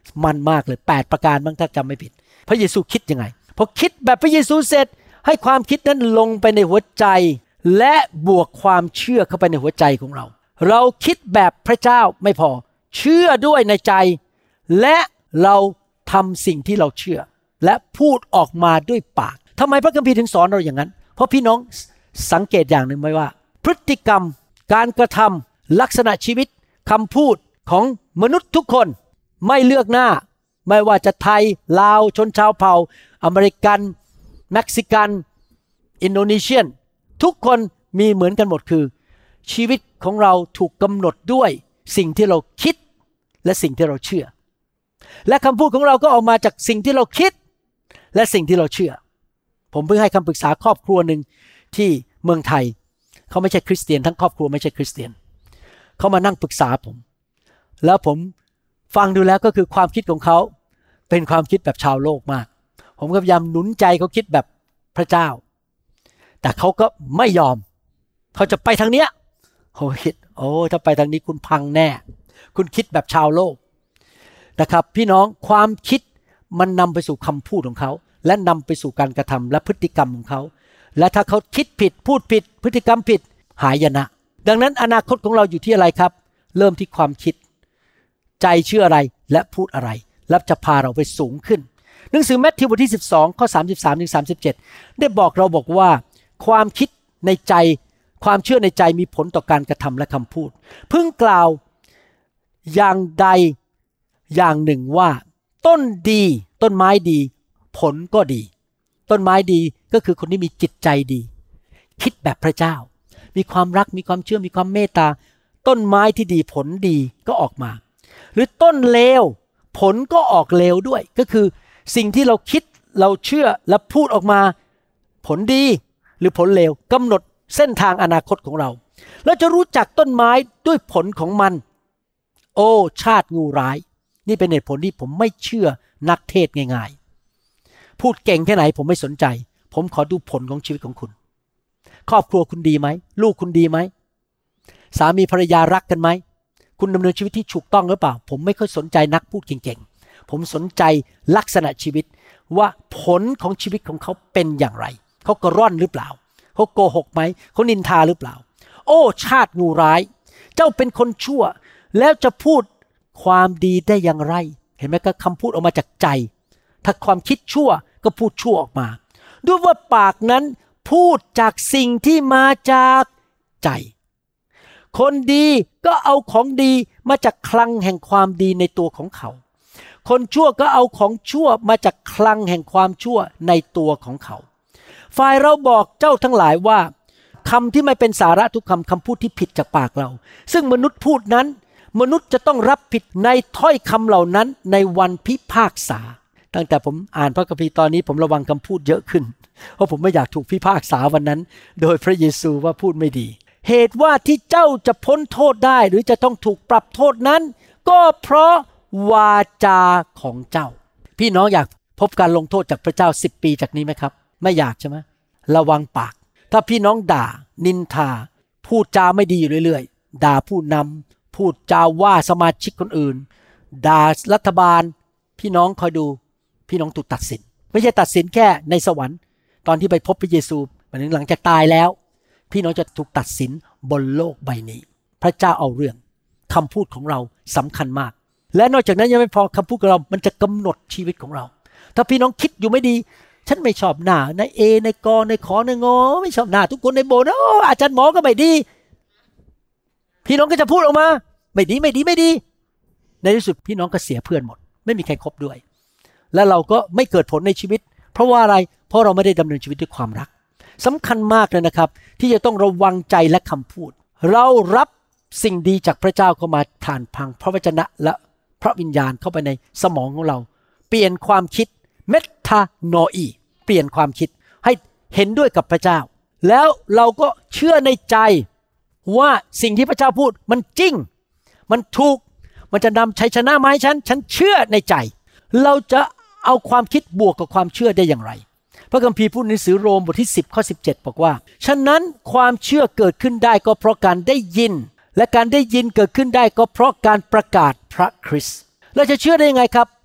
มันมากเลยแปดประการบ้างถ้าจำไม่ผิดพระเยซูคิดยังไงพอคิดแบบพระเยซูเสร็จให้ความคิดนั้นลงไปในหัวใจและบวกความเชื่อเข้าไปในหัวใจของเราเราคิดแบบพระเจ้าไม่พอเชื่อด้วยในใจและเราทำสิ่งที่เราเชื่อและพูดออกมาด้วยปากทำไมพระคัมภีร์ถึงสอนเราอย่างนั้นเพราะพี่น้องสังเกตอย่างหนึ่งไหมว่าพฤติกรรมการกระทำลักษณะชีวิตคำพูดของมนุษย์ทุกคนไม่เลือกหน้าไม่ว่าจะไทยลาวชนชาวเผ่าอเมริกันเม็กซิกันอินโดนีเซียนทุกคนมีเหมือนกันหมดคือชีวิตของเราถูกกำหนดด้วยสิ่งที่เราคิดและสิ่งที่เราเชื่อและคำพูดของเราก็ออกมาจากสิ่งที่เราคิดและสิ่งที่เราเชื่อผมเพิ่งให้คำปรึกษาครอบครัวหนึ่งที่เมืองไทยเขาไม่ใช่คริสเตียนทั้งครอบครัวไม่ใช่คริสเตียนเขามานั่งปรึกษาผมแล้วผมฟังดูแล้วก็คือความคิดของเขาเป็นความคิดแบบชาวโลกมากผมก็พยายามหนุนใจเขาคิดแบบพระเจ้าแต่เขาก็ไม่ยอมเขาจะไปทางเนี้ยผมคิดโอ้ถ้าไปทางนี้คุณพังแน่คุณคิดแบบชาวโลกนะครับพี่น้องความคิดมันนำไปสู่คำพูดของเขาและนำไปสู่การกระทำและพฤติกรรมของเขาและถ้าเขาคิดผิดพูดผิดพฤติกรรมผิดหายนะดังนั้นอนาคตของเราอยู่ที่อะไรครับเริ่มที่ความคิดใจเชื่ออะไรและพูดอะไรและจะพาเราไปสูงขึ้นหนังสือมัทธิวบทที่สิบสองข้อสามสิบสามถึงสามสิบเจ็ดได้บอกเราบอกว่าความคิดในใจความเชื่อในใจมีผลต่อการกระทำและคำพูดพึงกล่าวอย่างใดอย่างหนึ่งว่าต้นดีต้นไม้ดีผลก็ดีต้นไม้ดีก็คือคนที่มีจิตใจดีคิดแบบพระเจ้ามีความรักมีความเชื่อมีความเมตตาต้นไม้ที่ดีผลดีก็ออกมาหรือต้นเลวผลก็ออกเลวด้วยก็คือสิ่งที่เราคิดเราเชื่อและพูดออกมาผลดีหรือผลเลวกำหนดเส้นทางอนาคตของเราเราจะรู้จักต้นไม้ด้วยผลของมันโอ้ชาติงูร้ายนี่เป็นเหตุผลที่ผมไม่เชื่อนักเทศง่ายๆพูดเก่งแค่ไหนผมไม่สนใจผมขอดูผลของชีวิตของคุณครอบครัวคุณดีไหมลูกคุณดีไหมสามีภรรยารักกันไหมคุณดำเนินชีวิตที่ถูกต้องหรือเปล่าผมไม่ค่อยสนใจนักพูดเก่งๆผมสนใจลักษณะชีวิตว่าผลของชีวิตของเขาเป็นอย่างไรเขากระร่อนหรือเปล่าเขาโกหกไหมเขานินทาหรือเปล่าโอ้ชาติงูร้ายเจ้าเป็นคนชั่วแล้วจะพูดความดีได้อย่างไรเห็นไหมก็คำพูดออกมาจากใจถ้าความคิดชั่วก็พูดชั่วออกมาด้วยว่าปากนั้นพูดจากสิ่งที่มาจากใจคนดีก็เอาของดีมาจากคลังแห่งความดีในตัวของเขาคนชั่วก็เอาของชั่วมาจากคลังแห่งความชั่วในตัวของเขาฝ่ายเราบอกเจ้าทั้งหลายว่าคำที่ไม่เป็นสาระทุกคำคำพูดที่ผิดจากปากเราซึ่งมนุษย์พูดนั้นมนุษย์จะต้องรับผิดในถ้อยคำเหล่านั้นในวันพิพากษาตั้งแต่ผมอ่านพระคัมภีร์ตอนนี้ผมระวังคำพูดเยอะขึ้นเพราะผมไม่อยากถูกพิพากษาวันนั้นโดยพระเยซูว่าพูดไม่ดีเหตุว่าที่เจ้าจะพ้นโทษได้หรือจะต้องถูกปรับโทษนั้นก็เพราะวาจาของเจ้าพี่น้องอยากพบการลงโทษจากพระเจ้าสิบปีจากนี้ไหมครับไม่อยากใช่ไหมระวังปากถ้าพี่น้องด่านินทาพูดจาไม่ดีอยู่เรื่อยๆด่าผู้นำพูดจาว่าสมาชิกคนอื่นด่ารัฐบาลพี่น้องคอยดูพี่น้องถูกตัดสินไม่ใช่ตัดสินแค่ในสวรรค์ตอนที่ไปพบพระเยซูหมายถึงหลังจากตายแล้วพี่น้องจะถูกตัดสินบนโลกใบนี้พระเจ้าเอาเรื่องคำพูดของเราสำคัญมากและนอกจากนั้นยังไม่พอคำพูดของเรามันจะกำหนดชีวิตของเราถ้าพี่น้องคิดอยู่ไม่ดีฉันไม่ชอบหน้าในเอในกอในขอในงอไม่ชอบหน้าทุกคนในโบสถ์โอ้อาจารย์หมอก็ไม่ดีพี่น้องก็จะพูดออกมาไม่ดีไม่ดีไม่ดีในที่สุดพี่น้องก็เสียเพื่อนหมดไม่มีใครคบด้วยและเราก็ไม่เกิดผลในชีวิตเพราะว่าอะไรเพราะเราไม่ได้ดำเนินชีวิตด้วยความรักสำคัญมากเลยนะครับที่จะต้องระวังใจและคำพูดเรารับสิ่งดีจากพระเจ้าเข้ามาผ่านพังพระวจนะและพระวิญญาณเข้าไปในสมองของเราเปลี่ยนความคิดเมทาโนอีเปลี่ยนความคิดให้เห็นด้วยกับพระเจ้าแล้วเราก็เชื่อในใจว่าสิ่งที่พระเจ้าพูดมันจริงมันถูกมันจะนำชัยชนะมาให้ฉันฉันเชื่อในใจเราจะเอาความคิดบวกกับความเชื่อได้อย่างไรพระคัมภีร์พูดในหนังสือโรมบทที่สิบข้อสิบเจ็ดบอกว่าฉะนั้นความเชื่อเกิดขึ้นได้ก็เพราะการได้ยินและการได้ยินเกิดขึ้นได้ก็เพราะการประกาศพระคริสต์เราจะเชื่อได้ยังไงครับ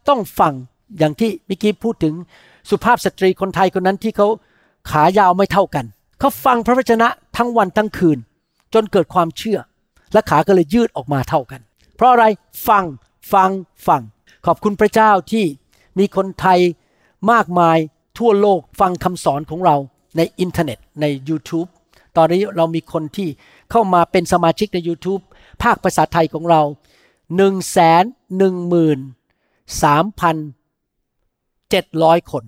ต้องฟังอย่างที่เมื่อกี้พูดถึงสุภาพสตรีคนไทยคนนั้นที่เขาขายาวไม่เท่ากันเขาฟังพระวจนะทั้งวันทั้งคืนจนเกิดความเชื่อและขาก็เลยยืดออกมาเท่ากันเพราะอะไรฟังฟังฟังขอบคุณพระเจ้าที่มีคนไทยมากมายทั่วโลกฟังคำสอนของเราในอินเทอร์เน็ตใน YouTube ตอนนี้เรามีคนที่เข้ามาเป็นสมาชิกใน YouTube ภาคภาษาไทยของเรา หนึ่งแสนหนึ่งหมื่นสามพันเจ็ดร้อย คน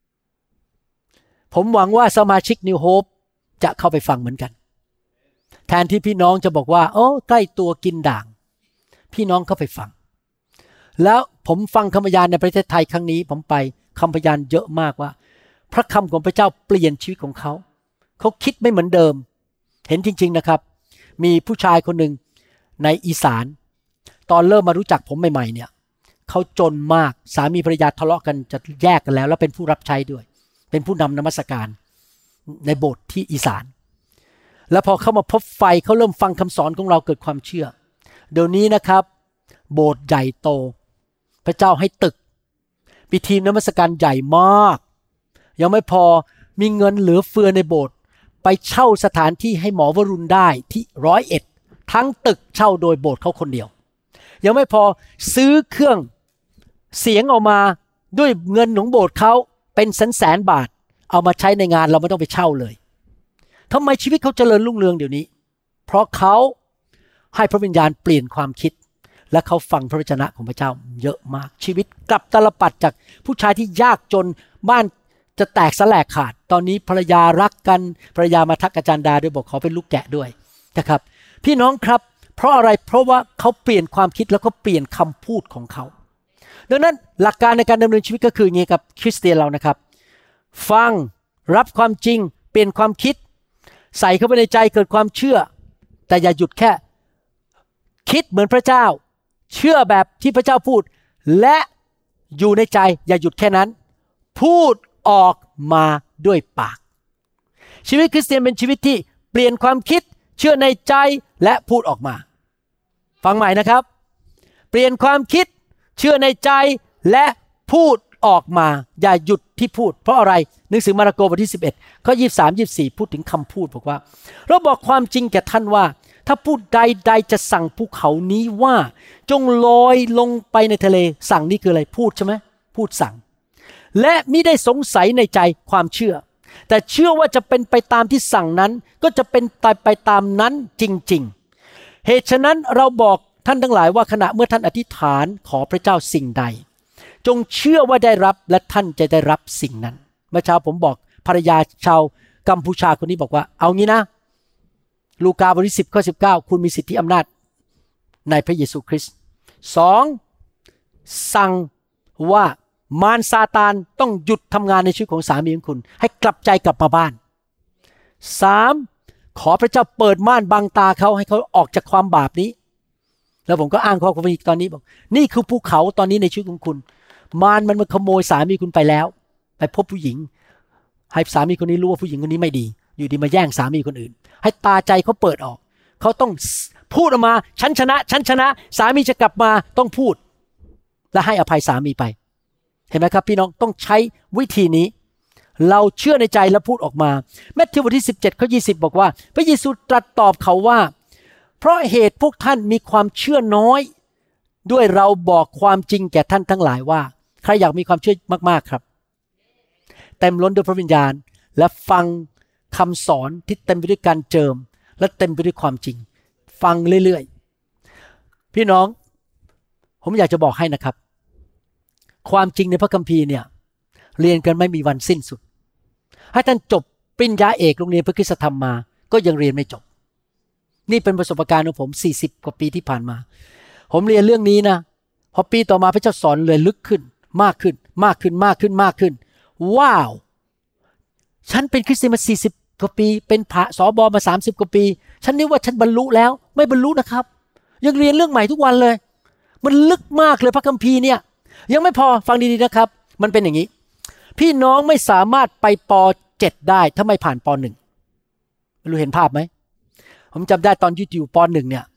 ผมหวังว่าสมาชิก New Hope จะเข้าไปฟังเหมือนกันแทนที่พี่น้องจะบอกว่าโอ้ใกล้ตัวกินด่างพี่น้องเข้าไปฟังแล้วผมฟังคำพยานในประเทศไทยครั้งนี้ผมไปคำพยานเยอะมากว่าพระคำของพระเจ้าเปลี่ยนชีวิตของเขาเขาคิดไม่เหมือนเดิมเห็นจริงๆนะครับมีผู้ชายคนหนึ่งในอีสานตอนเริ่มมารู้จักผมใหม่ๆเนี่ยเขาจนมากสามีภรรยาทะเลาะกันจะแยกกันแล้วแล้วเป็นผู้รับใช้ด้วยเป็นผู้นำนมัสการในโบสถ์ที่อีสานแล้วพอเข้ามาพบไฟเขาเริ่มฟังคำสอนของเราเกิดความเชื่อเดี๋ยวนี้นะครับโบสถ์ใหญ่โตพระเจ้าให้ตึกมีทีมนมัสการใหญ่มากยังไม่พอมีเงินเหลือเฟือในโบสถ์ไปเช่าสถานที่ให้หมอวรุณได้ที่ร้อยเอ็ดทั้งตึกเช่าโดยโบสถ์เขาคนเดียวยังไม่พอซื้อเครื่องเสียงออกมาด้วยเงินของโบสถ์เขาเป็นแสนแสนบาทเอามาใช้ในงานเราไม่ต้องไปเช่าเลยทำไมชีวิตเขาเจริญรุ่งเรืองเดี๋ยวนี้เพราะเขาให้พระวิญญาณเปลี่ยนความคิดและเขาฟังพระวจนะของพระเจ้าเยอะมากชีวิตกลับตาลปัดจากผู้ชายที่ยากจนบ้านจะแตกสลายขาดตอนนี้ภรรยารักกันภรรยามาทักอาจารย์ดาด้วยบอกขอเป็นลูกแกะด้วยนะครับพี่น้องครับเพราะอะไรเพราะว่าเขาเปลี่ยนความคิดแล้วก็เปลี่ยนคำพูดของเขาดังนั้นหลักการในการดำเนินชีวิตก็คืออย่างนี้กับคริสเตียนเรานะครับฟังรับความจริงเปลี่ยนความคิดใส่เข้าไปในใจเกิดความเชื่อแต่อย่าหยุดแค่คิดเหมือนพระเจ้าเชื่อแบบที่พระเจ้าพูดและอยู่ในใจอย่าหยุดแค่นั้นพูดออกมาด้วยปากชีวิตคริสเตียนเป็นชีวิตที่เปลี่ยนความคิดเชื่อในใจและพูดออกมาฟังใหม่นะครับเปลี่ยนความคิดเชื่อในใจและพูดออกมาอย่าหยุดที่พูดเพราะอะไรหนังสือมาระโกบทที่สิบเอ็ดข้อยี่สิบสาม ยี่สิบสี่พูดถึงคำพูดบอกว่าเราบอกความจริงแก่ท่านว่าถ้าผู้ใดๆจะสั่งภูเขานี้ว่าจงลอยลงไปในทะเลสั่งนี่คืออะไรพูดใช่ไหมพูดสั่งและมิได้สงสัยในใจความเชื่อแต่เชื่อว่าจะเป็นไปตามที่สั่งนั้นก็จะเป็นไปตามนั้นจริงๆเหตุฉะนั้นเราบอกท่านทั้งหลายว่าขณะเมื่อท่านอธิษฐานขอพระเจ้าสิ่งใดจงเชื่อว่าได้รับและท่านจะได้รับสิ่งนั้นเมื่อเช้าผมบอกภรรยาชาวกัมพูชาคนนี้บอกว่าเอางี้นะลูกาบทที่สิบข้อสิบเก้าคุณมีสิทธิอำนาจในพระเยซูคริสต์สองสั่งว่ามารซาตานต้องหยุดทำงานในชีวิตของสามีของคุณให้กลับใจกลับมาบ้านสามขอพระเจ้าเปิดม่านบังตาเขาให้เขาออกจากความบาปนี้แล้วผมก็อ้างข้อความอีกตอนนี้บอกนี่คือภูเขาตอนนี้ในชีวิตของคุณมารมันมาขโมยสามีคุณไปแล้วไปพบผู้หญิงให้สามีคนนี้รู้ว่าผู้หญิงคนนี้ไม่ดีอยู่ดีมาแย่งสามีคนอื่นให้ตาใจเขาเปิดออกเขาต้องพูดออกมาฉันชนะฉันชนะสามีจะกลับมาต้องพูดและให้อภัยสามีไปเห็นไหมครับพี่น้องต้องใช้วิธีนี้เราเชื่อในใจแล้วพูดออกมามัทธิวบทที่สิบเจ็ดข้อยี่สิบบอกว่าพระเยซูตรัสตอบเขาว่าเพราะเหตุพวกท่านมีความเชื่อน้อยด้วยเราบอกความจริงแก่ท่านทั้งหลายว่าใครอยากมีความเชื่อมากๆครับเต็มล้นด้วยพระวิญญาณและฟังคำสอนที่เต็มไปด้วยการเจิมและเต็มไปด้วยความจริงฟังเรื่อยๆพี่น้องผมอยากจะบอกให้นะครับความจริงในพระคัมภีร์เนี่ยเรียนกันไม่มีวันสิ้นสุดให้ท่านจบปริญญาเอกโรงเรียนพระคริสตธรรมมาก็ยังเรียนไม่จบนี่เป็นประสบการณ์ของผมสี่สิบกว่าปีที่ผ่านมาผมเรียนเรื่องนี้นะพอปีต่อมาพระเจ้าสอนเลยลึกขึ้นมากขึ้นมากขึ้นมากขึ้นมากขึ้นว้าวฉันเป็นคริสเตียนมาสี่สิบกว่าปีเป็นพระสบมาสามสิบกว่าปีฉันนึกว่าฉันบรรลุแล้วไม่บรรลุนะครับยังเรียนเรื่องใหม่ทุกวันเลยมันลึกมากเลยพระคัมภีร์เนี่ยยังไม่พอฟังดีๆนะครับมันเป็นอย่างนี้พี่น้องไม่สามารถไปป.เจ็ดได้ถ้าไม่ผ่านป.หนึ่งไม่รู้เห็นภาพไหมผมจำได้ตอนอยู่ป.หนึ่งเนี่ย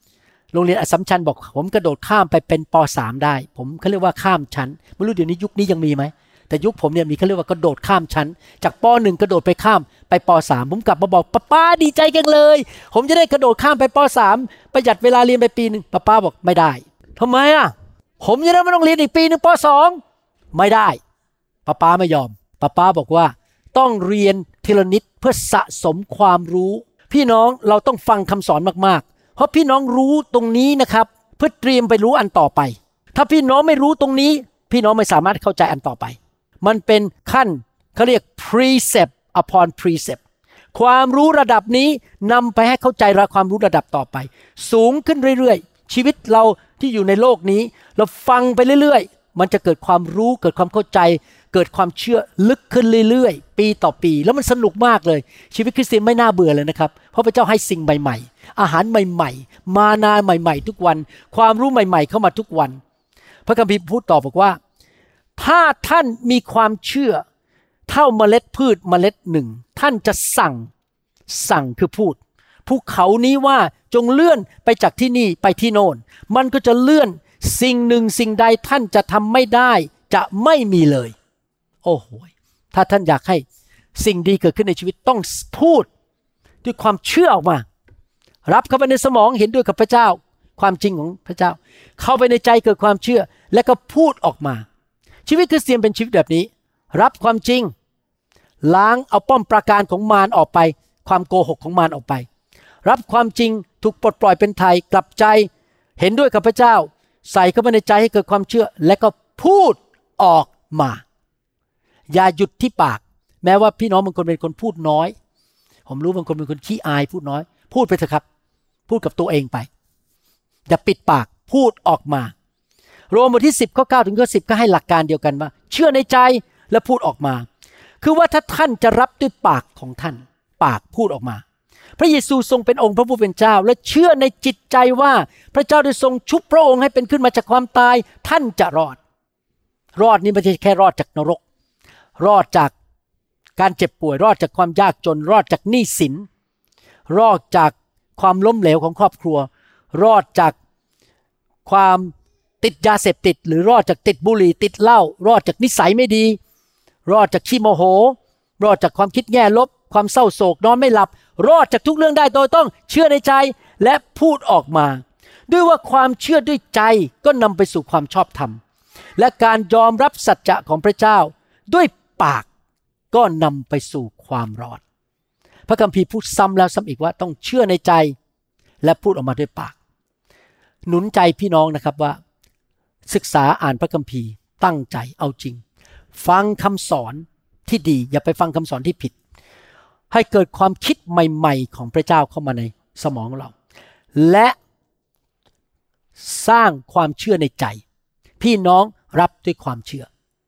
โรงเรียนอัสสัมชัญบอกผมกระโดดข้ามไปเป็นป สาม ได้ผมเขาเรียกว่าข้ามชั้นไม่รู้เดี๋ยวนี้ยุคนี้ยังมีไหมแต่ยุคผมเนี่ยมีเขาเรียกว่ากระโดดข้ามชั้นจากป หนึ่ง กระโดดไปข้ามไปป สาม ผมกลับมาบอกป้าป้าดีใจกันเลยผมจะได้กระโดดข้ามไปป สาม ประหยัดเวลาเรียนไปปีนึงป้าป้าบอกไม่ได้ทำไมอ่ะผมจะได้ไม่ต้องเรียนอีกปีนึงป สอง ไม่ได้ป้าป้าไม่ยอมป้าป้าบอกว่าต้องเรียนทีละนิดเพื่อสะสมความรู้พี่น้องเราต้องฟังคำสอนมากๆเพราะพี่น้องรู้ตรงนี้นะครับเพื่อเตรียมไปรู้อันต่อไปถ้าพี่น้องไม่รู้ตรงนี้พี่น้องไม่สามารถเข้าใจอันต่อไปมันเป็นขั้นเขาเรียก precept upon precept ความรู้ระดับนี้นำไปให้เข้าใจระความรู้ระดับต่อไปสูงขึ้นเรื่อยๆชีวิตเราที่อยู่ในโลกนี้เราฟังไปเรื่อยๆมันจะเกิดความรู้เกิดความเข้าใจเกิดความเชื่อลึกขึ้นเรื่อยๆปีต่อปีแล้วมันสนุกมากเลยชีวิตคริสเตียนไม่น่าเบื่อเลยนะครับเพราะพระเจ้าให้สิ่งใหม่ๆอาหารใหม่ๆมานาใหม่ๆทุกวันความรู้ใหม่ๆเข้ามาทุกวันพระคัมภีร์พูดต่อบอกว่าถ้าท่านมีความเชื่อเท่าเมล็ดพืชเมล็ดหนึ่งท่านจะสั่งสั่งคือพูดภูเขานี้ว่าจงเลื่อนไปจากที่นี่ไปที่โน่นมันก็จะเลื่อนสิ่งหนึ่งสิ่งใดท่านจะทำไม่ได้จะไม่มีเลยโอ้โหถ้าท่านอยากให้สิ่งดีเกิดขึ้นในชีวิตต้องพูดด้วยความเชื่อออกมารับเข้าไปในสมองเห็นด้วยกับพระเจ้าความจริงของพระเจ้าเข้าไปในใจเกิดความเชื่อแล้วก็พูดออกมาชีวิตคริสเตียนเป็นชีวิตแบบนี้รับความจริงล้างเอาป้อมปราการของมารออกไปความโกหกของมารออกไปรับความจริงถูกปลดปล่อยเป็นไทยกลับใจเห็นด้วยกับพระเจ้าใส่เข้าไปในใจให้เกิดความเชื่อและก็พูดออกมาอย่าหยุดที่ปากแม้ว่าพี่น้องบางคนเป็นคนพูดน้อยผมรู้บางคนเป็นคนขี้อายพูดน้อยพูดไปเถอะครับพูดกับตัวเองไปอย่าปิดปากพูดออกมาโรมบทที่สิบข้อเก้าถึงข้อสิบก็ให้หลักการเดียวกันว่าเชื่อในใจและพูดออกมาคือว่าถ้าท่านจะรับด้วยปากของท่านปากพูดออกมาพระเยซูทรงเป็นองค์พระผู้เป็นเจ้าและเชื่อในจิตใจว่าพระเจ้าได้ทรงชุบพระองค์ให้เป็นขึ้นมาจากความตายท่านจะรอดรอดนี่ไม่ใช่แค่รอดจากนรกรอดจากการเจ็บป่วยรอดจากความยากจนรอดจากหนี้สินรอดจากความล้มเหลวของครอบครัวรอดจากความติดยาเสพติดหรือรอดจากติดบุหรี่ติดเหล้ารอดจากนิสัยไม่ดีรอดจากขี้โมโหรอดจากความคิดแง่ลบความเศร้าโศกนอนไม่หลับรอดจากทุกเรื่องได้โดยต้องเชื่อในใจและพูดออกมาด้วยว่าความเชื่อด้วยใจก็นำไปสู่ความชอบธรรมและการยอมรับสัจจะของพระเจ้าด้วยปากก็นำไปสู่ความรอดพระคัมภีร์พูดซ้ำแล้วซ้ำอีกว่าต้องเชื่อในใจและพูดออกมาด้วยปากหนุนใจพี่น้องนะครับว่าศึกษาอ่านพระคัมภีร์ตั้งใจเอาจริงฟังคำสอนที่ดีอย่าไปฟังคำสอนที่ผิดให้เกิดความคิดใหม่ๆของพระเจ้าเข้ามาในสมองเราและสร้างความเชื่อในใจพี่น้องรับด้วยความเชื่อ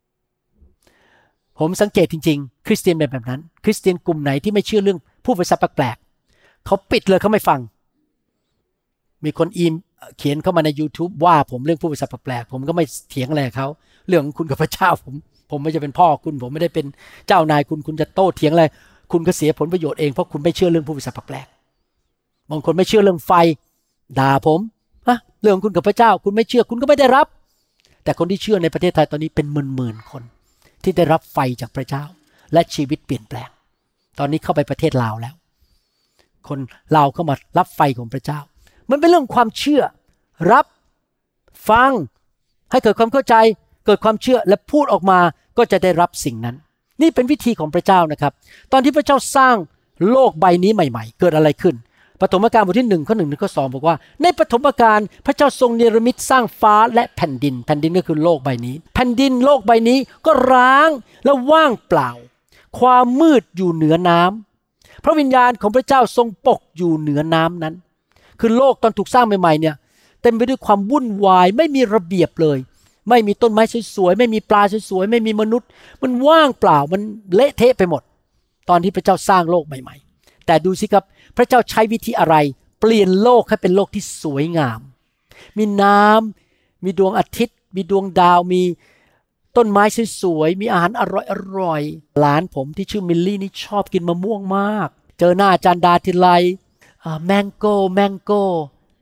ผมสังเกตจริงๆคริสเตียนเป็นแบบนั้นคริสเตียนกลุ่มไหนที่ไม่เชื่อเรื่องผู้ภาษาแปลกๆเขาปิดเลยเขาไม่ฟังมีคนอีมเขียนเข้ามาใน YouTube ว่าผมเรื่องผู้ภาษาแปลกๆผมก็ไม่เถียงอะไรเขาเรื่องของคุณกับพระเจ้าผมผมไม่จะเป็นพ่อคุณผมไม่ได้เป็นเจ้านายคุณคุณจะโต้เถียงอะไรคุณก็เสียผลประโยชน์เองเพราะคุณไม่เชื่อเรื่องผู้ภาษาแปลกๆบางคนไม่เชื่อเรื่องไฟด่าผมฮะเรื่องคุณกับพระเจ้าคุณไม่เชื่อคุณก็ไม่ได้รับแต่คนที่เชื่อในประเทศไทยตอนนี้เป็นหมื่นๆคนที่ได้รับไฟจากพระเจ้าและชีวิตเปลี่ยนแปลงตอนนี้เข้าไปประเทศลาวแล้วคนลาวเข้ามารับไฟของพระเจ้ามันเป็นเรื่องความเชื่อรับฟังให้เกิดความเข้าใจเกิดความเชื่อและพูดออกมาก็จะได้รับสิ่งนั้นนี่เป็นวิธีของพระเจ้านะครับตอนที่พระเจ้าสร้างโลกใบนี้ใหม่ๆเกิดอะไรขึ้นปฐมกาลบทที่หนึ่งข้อหนึ่งถึงข้อสองบอกว่าในปฐมกาลพระเจ้าทรงเนรมิตสร้างฟ้าและแผ่นดินแผ่นดินก็คือโลกใบนี้แผ่นดินโลกใบนี้ก็ร้างและว่างเปล่าความมืดอยู่เหนือน้ำพระวิญญาณของพระเจ้าทรงปกอยู่เหนือน้ำนั้นคือโลกตอนถูกสร้างใหม่ๆเนี่ยเต็มไปด้วยความวุ่นวายไม่มีระเบียบเลยไม่มีต้นไม้สวยๆไม่มีปลาสวยๆไม่มีมนุษย์มันว่างเปล่ามันเละเทะไปหมดตอนที่พระเจ้าสร้างโลกใหม่ๆแต่ดูสิครับพระเจ้าใช้วิธีอะไรเปลี่ยนโลกให้เป็นโลกที่สวยงามมีน้ำมีดวงอาทิตย์มีดวงดาวมีต้นไม้สวยๆมีอาหารอร่อยๆหลานผมที่ชื่อมิลลี่นี่ชอบกินมะม่วงมากเจอหน้าอาจารย์ดาทีไรแมงโก้แมงโก้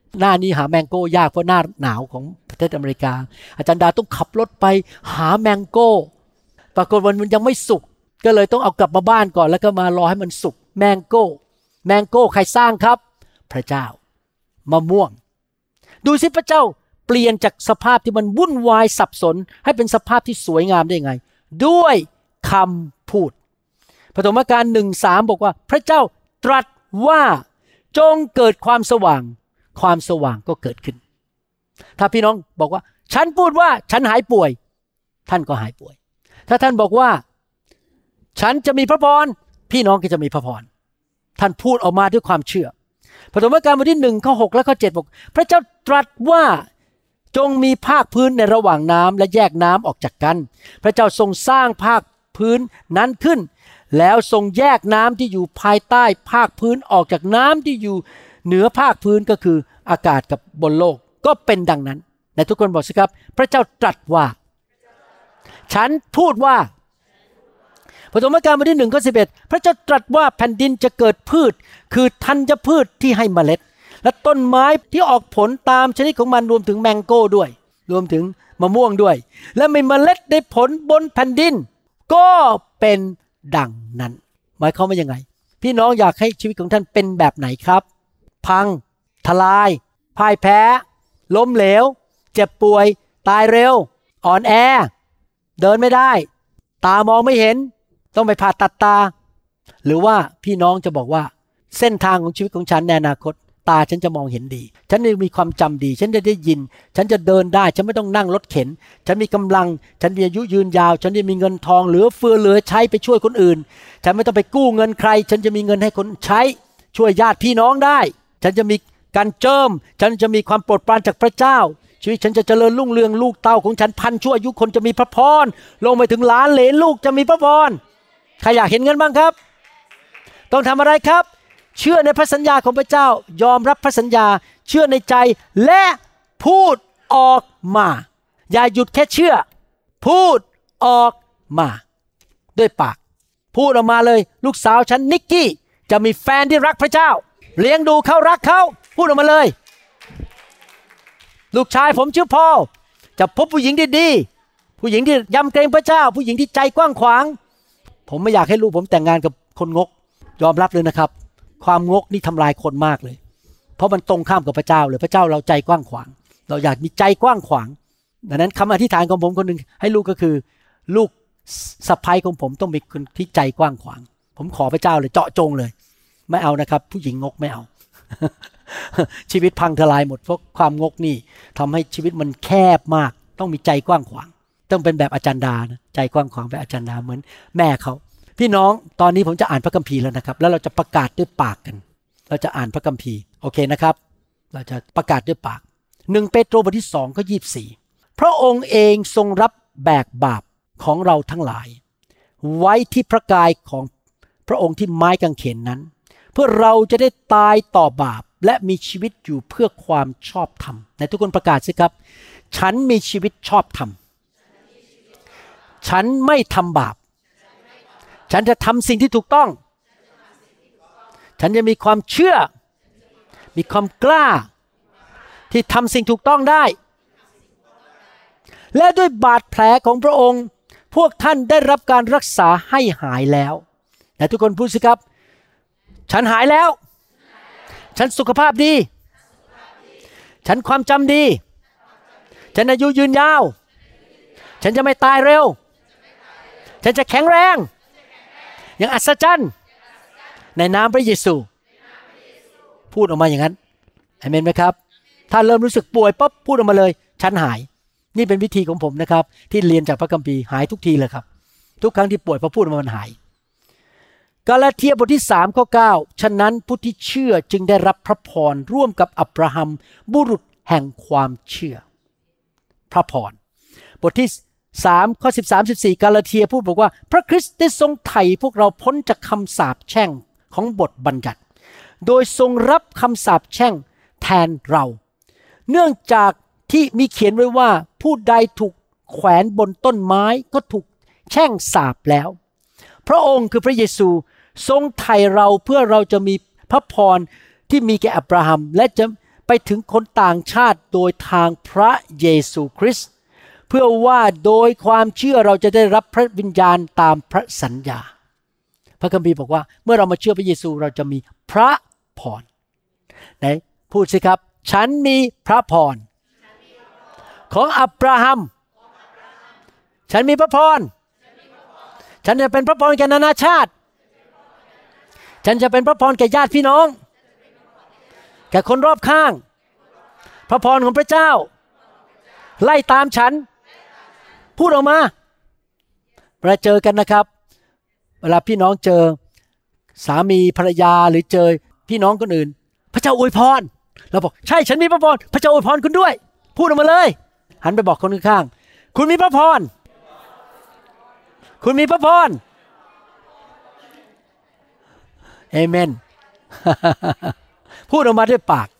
หน้านี้หาแมงโก้ยากเพราะหน้าหนาวของประเทศอเมริกาอาจารย์ดาต้องขับรถไปหาแมงโก้ปรากฏวันมันยังไม่สุกก็เลยต้องเอากลับมาบ้านก่อนแล้วก็มารอให้มันสุกแมงโก้แมงโก้ใครสร้างครับพระเจ้ามะม่วงดูสิพระเจ้าเปลี่ยนจากสภาพที่มันวุ่นวายสับสนให้เป็นสภาพที่สวยงามได้ยังไงด้วยคำพูดปฐมกาล หนึ่งสาม บอกว่าพระเจ้าตรัสว่าจงเกิดความสว่างความสว่างก็เกิดขึ้นถ้าพี่น้องบอกว่าฉันพูดว่าฉันหายป่วยท่านก็หายป่วยถ้าท่านบอกว่าฉันจะมีพระพรพี่น้องก็จะมีพระพรท่านพูดออกมาด้วยความเชื่อปฐมกาลบทที่หนึ่งข้อหกและข้อเจ็ดบอกพระเจ้าตรัสว่าจงมีภาคพื้นในระหว่างน้ำและแยกน้ำออกจากกันพระเจ้าทรงสร้างภาคพื้นนั้นขึ้นแล้วทรงแยกน้ำที่อยู่ภายใต้ภาคพื้นออกจากน้ำที่อยู่เหนือภาคพื้นก็คืออากาศกับบนโลกก็เป็นดังนั้นและทุกคนบอกสิครับพระเจ้าตรัสว่าฉันพูดว่าปฐมกาลบทที่หนึ่งข้อสิบเอ็ดพระเจ้าตรัสว่าแผ่นดินจะเกิดพืชคือธัญพืชที่ให้เมล็ดและต้นไม้ที่ออกผลตามชนิดของมันรวมถึงแมงโก้ด้วยรวมถึงมะม่วงด้วยและมีเมล็ดได้ผลบนแผ่นดินก็เป็นดังนั้นหมายความว่ายังไงพี่น้องอยากให้ชีวิตของท่านเป็นแบบไหนครับพังทลายพ่ายแพ้ล้มเหลวเจ็บป่วยตายเร็วอ่อนแอเดินไม่ได้ตามองไม่เห็นต้องไปผ่าตัดตาหรือว่าพี่น้องจะบอกว่าเส้นทางของชีวิตของฉันในอนาคตตาฉันจะมองเห็นดีฉันจะมีความจำดีฉันจะได้ยินฉันจะเดินได้ฉันไม่ต้องนั่งรถเข็นฉันมีกำลังฉันมีอายุยืนยาวฉันจะมีเงินทองเหลือเฟือเหลือใช้ไปช่วยคนอื่นฉันไม่ต้องไปกู้เงินใครฉันจะมีเงินให้คนใช้ช่วยญาติพี่น้องได้ฉันจะมีการเจิมฉันจะมีความโปรดปรานจากพระเจ้าชีวิตฉันจะเจริญรุ่งเรืองลูกเต้าของฉันพันชั่วอายุคนจะมีพระพรลงไปถึงล้านเหลนลูกจะมีพระพรใครอยากเห็นเงินบ้างครับต้องทำอะไรครับเชื่อในพระสัญญาของพระเจ้ายอมรับพระสัญญาเชื่อในใจและพูดออกมาอย่าหยุดแค่เชื่อพูดออกมาด้วยปากพูดออกมาเลยลูกสาวฉันนิกกี้จะมีแฟนที่รักพระเจ้าเลี้ยงดูเขารักเขาพูดออกมาเลยลูกชายผมชื่อพอลจะพบผู้หญิงดีๆผู้หญิงที่ยำเกรงพระเจ้าผู้หญิงที่ใจกว้างขวางผมไม่อยากให้ลูกผมแต่งงานกับคนงกยอมรับเลยนะครับความงกนี่ทำลายคนมากเลยเพราะมันตรงข้ามกับพระเจ้าเลยพระเจ้าเราใจกว้างขวางเราอยากมีใจกว้างขวางดังนั้นคำอธิษฐานของผมคนหนึ่งให้ลูกก็คือลูกสะใภ้ของผมต้องมีคนที่ใจกว้างขวางผมขอพระเจ้าเลยเจาะจงเลยไม่เอานะครับผู้หญิงงกไม่เอา ชีวิตพังทลายหมดเพราะความงกนี่ทำให้ชีวิตมันแคบมากต้องมีใจกว้างขวางต้องเป็นแบบอาจารย์ดานะใจกว้างขวางแบบอาจารย์ดาเหมือนแม่เขาพี่น้องตอนนี้ผมจะอ่านพระคัมภีร์แล้วนะครับแล้วเราจะประกาศด้วยปากกันเราจะอ่านพระคัมภีร์โอเคนะครับเราจะประกาศด้วยปากหนึ่งเปโตรบทที่สองข้อยี่สิบสี่พระองค์เองทรงรับแบกบาปของเราทั้งหลายไว้ที่พระกายของพระองค์ที่ไม้กางเขนนั้นเพื่อเราจะได้ตายต่อบาปและมีชีวิตอยู่เพื่อความชอบธรรมในทุกคนประกาศสิครับฉันมีชีวิตชอบธรรมฉันไม่ทำบาปฉันจะทำสิ่งที่ถูกต้องฉันจะมีความเชื่อมีความกล้าที่ทำสิ่งถูกต้องได้และด้วยบาดแผลของพระองค์พวกท่านได้รับการรักษาให้หายแล้วและทุกคนพูดสิครับฉันหายแล้วฉันสุขภาพดีฉันความจำดีฉันอายุยืนยาวฉันจะไม่ตายเร็วฉันจะแข็งแรงอย่างอัศจรรย์ในนามพระเยซูพูดออกมาอย่างนั้นอาเมนไหมครับถ้าเริ่มรู้สึกป่วยปั๊บพูดออกมาเลยฉันหายนี่เป็นวิธีของผมนะครับที่เรียนจากพระคัมภีร์หายทุกทีเลยครับทุกครั้งที่ป่วยพอพูดออกมามันหายกาลาเทียบทที่สามข้อเก้าฉะนั้นผู้ที่เชื่อจึงได้รับพระพรร่วมกับอับราฮัมบุรุษแห่งความเชื่อพระพรบทที่สามข้อสิบสาม สิบสี่กาลาเทียพูดบอกว่าพระคริสต์ได้ทรงไถ่พวกเราพ้นจากคำสาปแช่งของบทบัญญัติโดยทรงรับคำสาปแช่งแทนเราเนื่องจากที่มีเขียนไว้ว่าผู้ใดถูกแขวนบนต้นไม้ก็ถูกแช่งสาปแล้วพระองค์คือพระเยซูทรงไถ่เราเพื่อเราจะมีพระพรที่มีแก่อับราฮัมและจะไปถึงคนต่างชาติโดยทางพระเยซูคริสต์เพื่อว่าโดยความเชื่อเราจะได้รับพระวิญญาณตามพระสัญญาพระคัมภีร์บอกว่าเมื่อเรามาเชื่อพระเยซูเราจะมีพระพรไหนพูดสิครับฉันมีพระพรของอับราฮัมฉันมีพระพรฉันจะเป็นพระพรแก่นานาชาติฉันจะเป็นพระพรแก่ญาติพี่น้องแก่คนรอบข้างพระพรของพระเจ้าไล่ตามฉันพูดออกมาเวลาเจอกันนะครับเวลาพี่น้องเจอสามีภรรยาหรือเจอพี่น้องคนอื่นพระเจ้าอวยพรเราบอกใช่ฉันมีพระพรพระเจ้าอวยพรคุณด้วยพูดออกมาเลยหันไปบอกคนข้างๆคุณมีพระพรคุณมีพระพรเอเมน พูดออกมาด้วยปาก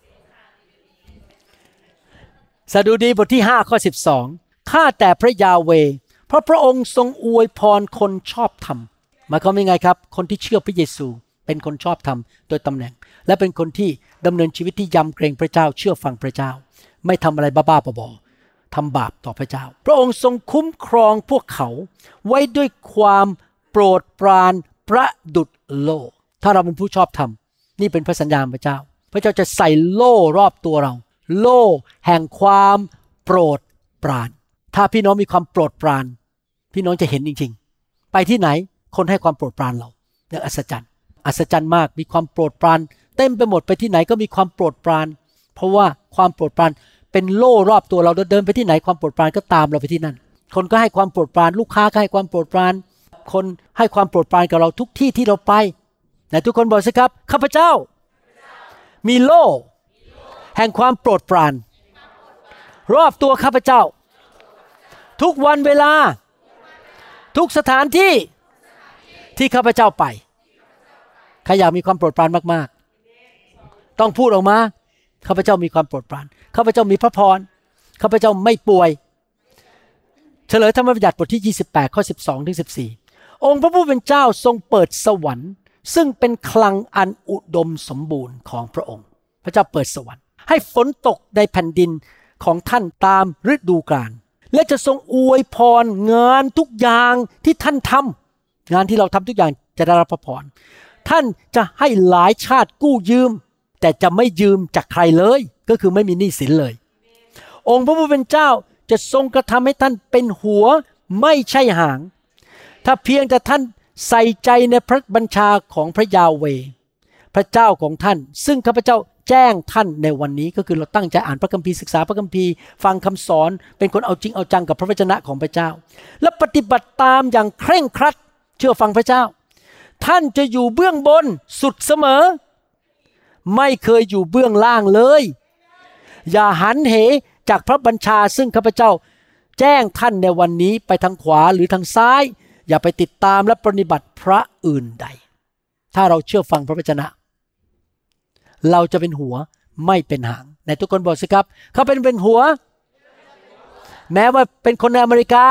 สดุดีบทที่ห้าข้อสิบสองข้าแต่พระยาเวห์เพราะพระองค์ทรงอวยพรคนชอบธรรมหมายความว่าไงครับคนที่เชื่อพระเยซูเป็นคนชอบธรรมโดยตำแหน่งและเป็นคนที่ดำเนินชีวิตที่ยำเกรงพระเจ้าเชื่อฟังพระเจ้าไม่ทำอะไรบ้าๆบอๆทำบาปต่อพระเจ้าพระองค์ทรงคุ้มครองพวกเขาไว้ด้วยความโปรดปรานประดุจโล่ถ้าเราเป็นผู้ชอบธรรมนี่เป็นพระสัญญาณพระเจ้าพระเจ้าจะใส่โล่รอบตัวเราโล่แห่งความโปรดปรานถ้าพี่น้องมีความโปรดปรานพี่น้องจะเห็นจริงๆไปที่ไหนคนให้ความโปรดปรานเราอย่างอัศจรรย์อัศจรรย์มากมีความโปรดปรานเต็มไปหมดไปที่ไหนก็มีความโปรดปรานเพราะว่าความโปรดปรานเป็นโล่รอบตัวเราเดินไปที่ไหนความโปรดปรานก็ตามเราไปที่นั่นคนก็ให้ความโปรดปรานลูกค้าก็ให้ความโปรดปรานคนให้ความโปรดปรานกับเราทุกที่ที่เราไปไหนทุกคนบอกสิครับข้าพเจ้ามีโล่แห่งความโปรดปรานรอบตัวข้าพเจ้าทุกวันเวลาทุกสถานที่ที่ข้าพเจ้าไปใครอยากมีความโปรดปรานมากๆต้องพูดออกมาข้าพเจ้ามีความโปรดปรานข้าพเจ้ามีพระพรข้าพเจ้าไม่ป่วยเฉลยธรรมบัญญัติบทที่ยี่สิบแปดข้อสิบสองถึงสิบสี่องค์พระผู้เป็นเจ้าทรงเปิดสวรรค์ซึ่งเป็นคลังอันอุดมสมบูรณ์ของพระองค์พระเจ้าเปิดสวรรค์ให้ฝนตกในแผ่นดินของท่านตามฤดูกาลและจะทรงอวยพรงานทุกอย่างที่ท่านทำงานที่เราทำทุกอย่างจะได้รับพระพรท่านจะให้หลายชาติกู้ยืมแต่จะไม่ยืมจากใครเลยก็คือไม่มีหนี้สินเลยองค์พระผู้เป็นเจ้าจะทรงกระทำให้ท่านเป็นหัวไม่ใช่หางถ้าเพียงแต่ท่านใส่ใจในพระบัญชาของพระยาเวห์พระเจ้าของท่านซึ่งข้าพเจ้าแจ้งท่านในวันนี้ก็คือเราตั้งใจอ่านพระคัมภีร์ศึกษาพระคัมภีร์ฟังคำสอนเป็นคนเอาจริงเอาจังกับพระวจนะของพระเจ้าและปฏิบัติตามอย่างเคร่งครัดเชื่อฟังพระเจ้าท่านจะอยู่เบื้องบนสุดเสมอไม่เคยอยู่เบื้องล่างเลยอย่าหันเหจากพระบัญชาซึ่งข้าพเจ้าแจ้งท่านในวันนี้ไปทางขวาหรือทางซ้ายอย่าไปติดตามและปฏิบัติพระอื่นใดถ้าเราเชื่อฟังพระวจนะเราจะเป็นหัวไม่เป็นหางในทุกคนบอกสิครับเขาเป็นเป็นหัวแม้ว่าเป็นคนในอเมริกา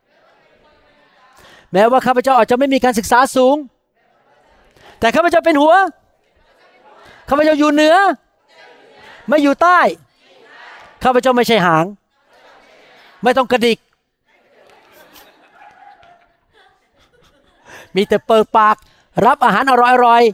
แม้ว่าข้าพเจ้าอาจจะไม่มีการศึกษาสูงแต่ข้าพเจ้าเป็นหัวข้าพเจ้าอยู่เหนือไม่อยู่ใต้ข้าพเจ้าไม่ใช่หางไม่ต้องกระดิกมีแต่เปิดปากรับอาหารอร่อย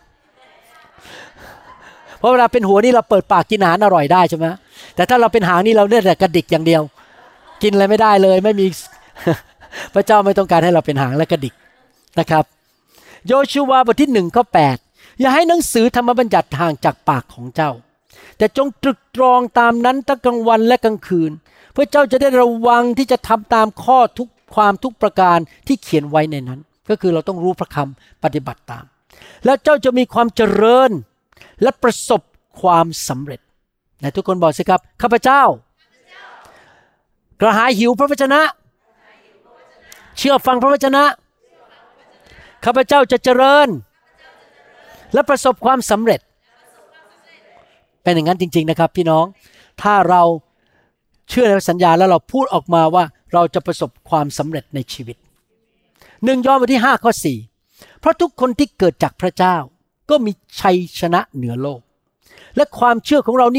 ๆเพราะเวลาเป็นหัวนี่เราเปิดปากกินอาหารอร่อยได้ใช่ไหมแต่ถ้าเราเป็นหางนี่เราเนี่ยแต่กระดิกอย่างเดียวกินอะไรไม่ได้เลยไม่มี พระเจ้าไม่ต้องการให้เราเป็นหางและกระดิกนะครับโยชูวาบทที่หนึ่งข้อแปดอย่าให้หนังสือธรรมบัญญัติห่างจากปากของเจ้าแต่จงตรึกตรองตามนั้นทั้งกลางวันและกลางคืนเพื่อเจ้าจะได้ระวังที่จะทำตามข้อทุกความทุกประการที่เขียนไว้ในนั้นก็คือเราต้องรู้พระคำปฏิบัติตามแล้วเจ้าจะมีความเจริญและประสบความสำเร็จนะทุกคนบอกสิครับข้าพเจ้ากระหายหิวพระวจนะเชื่อฟังพระวจนะข้าพเจ้าจะเจริญและประสบความสำเร็จเป็นอย่างนั้นจริงๆนะครับพี่น้องถ้าเราเชื่อในสัญญาแล้วเราพูดออกมาว่าเราจะประสบความสำเร็จในชีวิตหนึ่งยอห์นบทที่ห้าข้อสี่เพราะทุกคนที่เกิดจากพระเจ้าก็มีชัยชนะเหนือโลกและความเชื่อของเรานี่แหละเ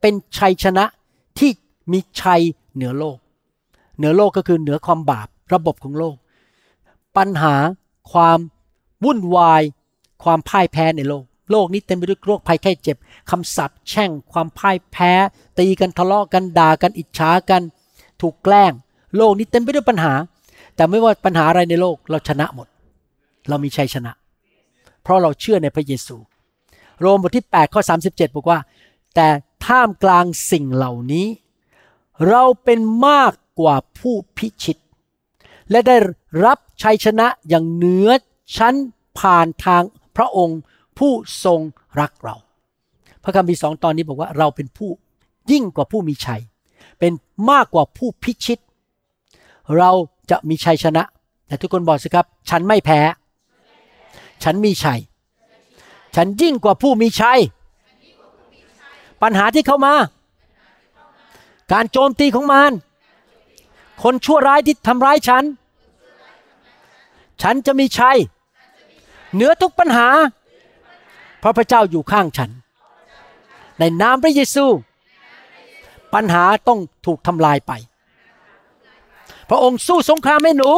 เป็นชัยชนะที่มีชัยเหนือโลกเหนือโลกก็คือเหนือความบาประบบของโลกปัญหาความวุ่นวายความพ่ายแพ้ในโลกโลกนี้เต็มไปด้วยโรคภัยไข้เจ็บคำสาปแช่งความพ่ายแพ้ตีกันทะเลาะกันด่ากันอิจฉากันถูกแกล้งโลกนี้เต็มไปด้วยปัญหาแต่ไม่ว่าปัญหาอะไรในโลกเราชนะหมดเรามีชัยชนะเพราะเราเชื่อในพระเยซูโรมบทที่แปดข้อสามสิบเจ็ดบอกว่าแต่ท่ามกลางสิ่งเหล่านี้เราเป็นมากกว่าผู้พิชิตและได้รับชัยชนะอย่างเหนือชั้นผ่านทางพระองค์ผู้ทรงรักเราพระคัมภีร์สองตอนนี้บอกว่าเราเป็นผู้ยิ่งกว่าผู้มีชัยเป็นมากกว่าผู้พิชิตเราจะมีชัยชนะแต่ทุกคนบอกสิครับฉันไม่แพ้ฉันมีชัยฉันยิ่งกว่าผู้มีชัยปัญหาที่เข้ามาการโจมตีของมารคนชั่วร้ายที่ทำร้ายฉันฉันจะมีชัยเหนือทุกปัญหาเพราะพระเจ้าอยู่ข้างฉันในนามพระเยซูปัญหาต้องถูกทำลายไปพระองค์สู้สงครามให้หนู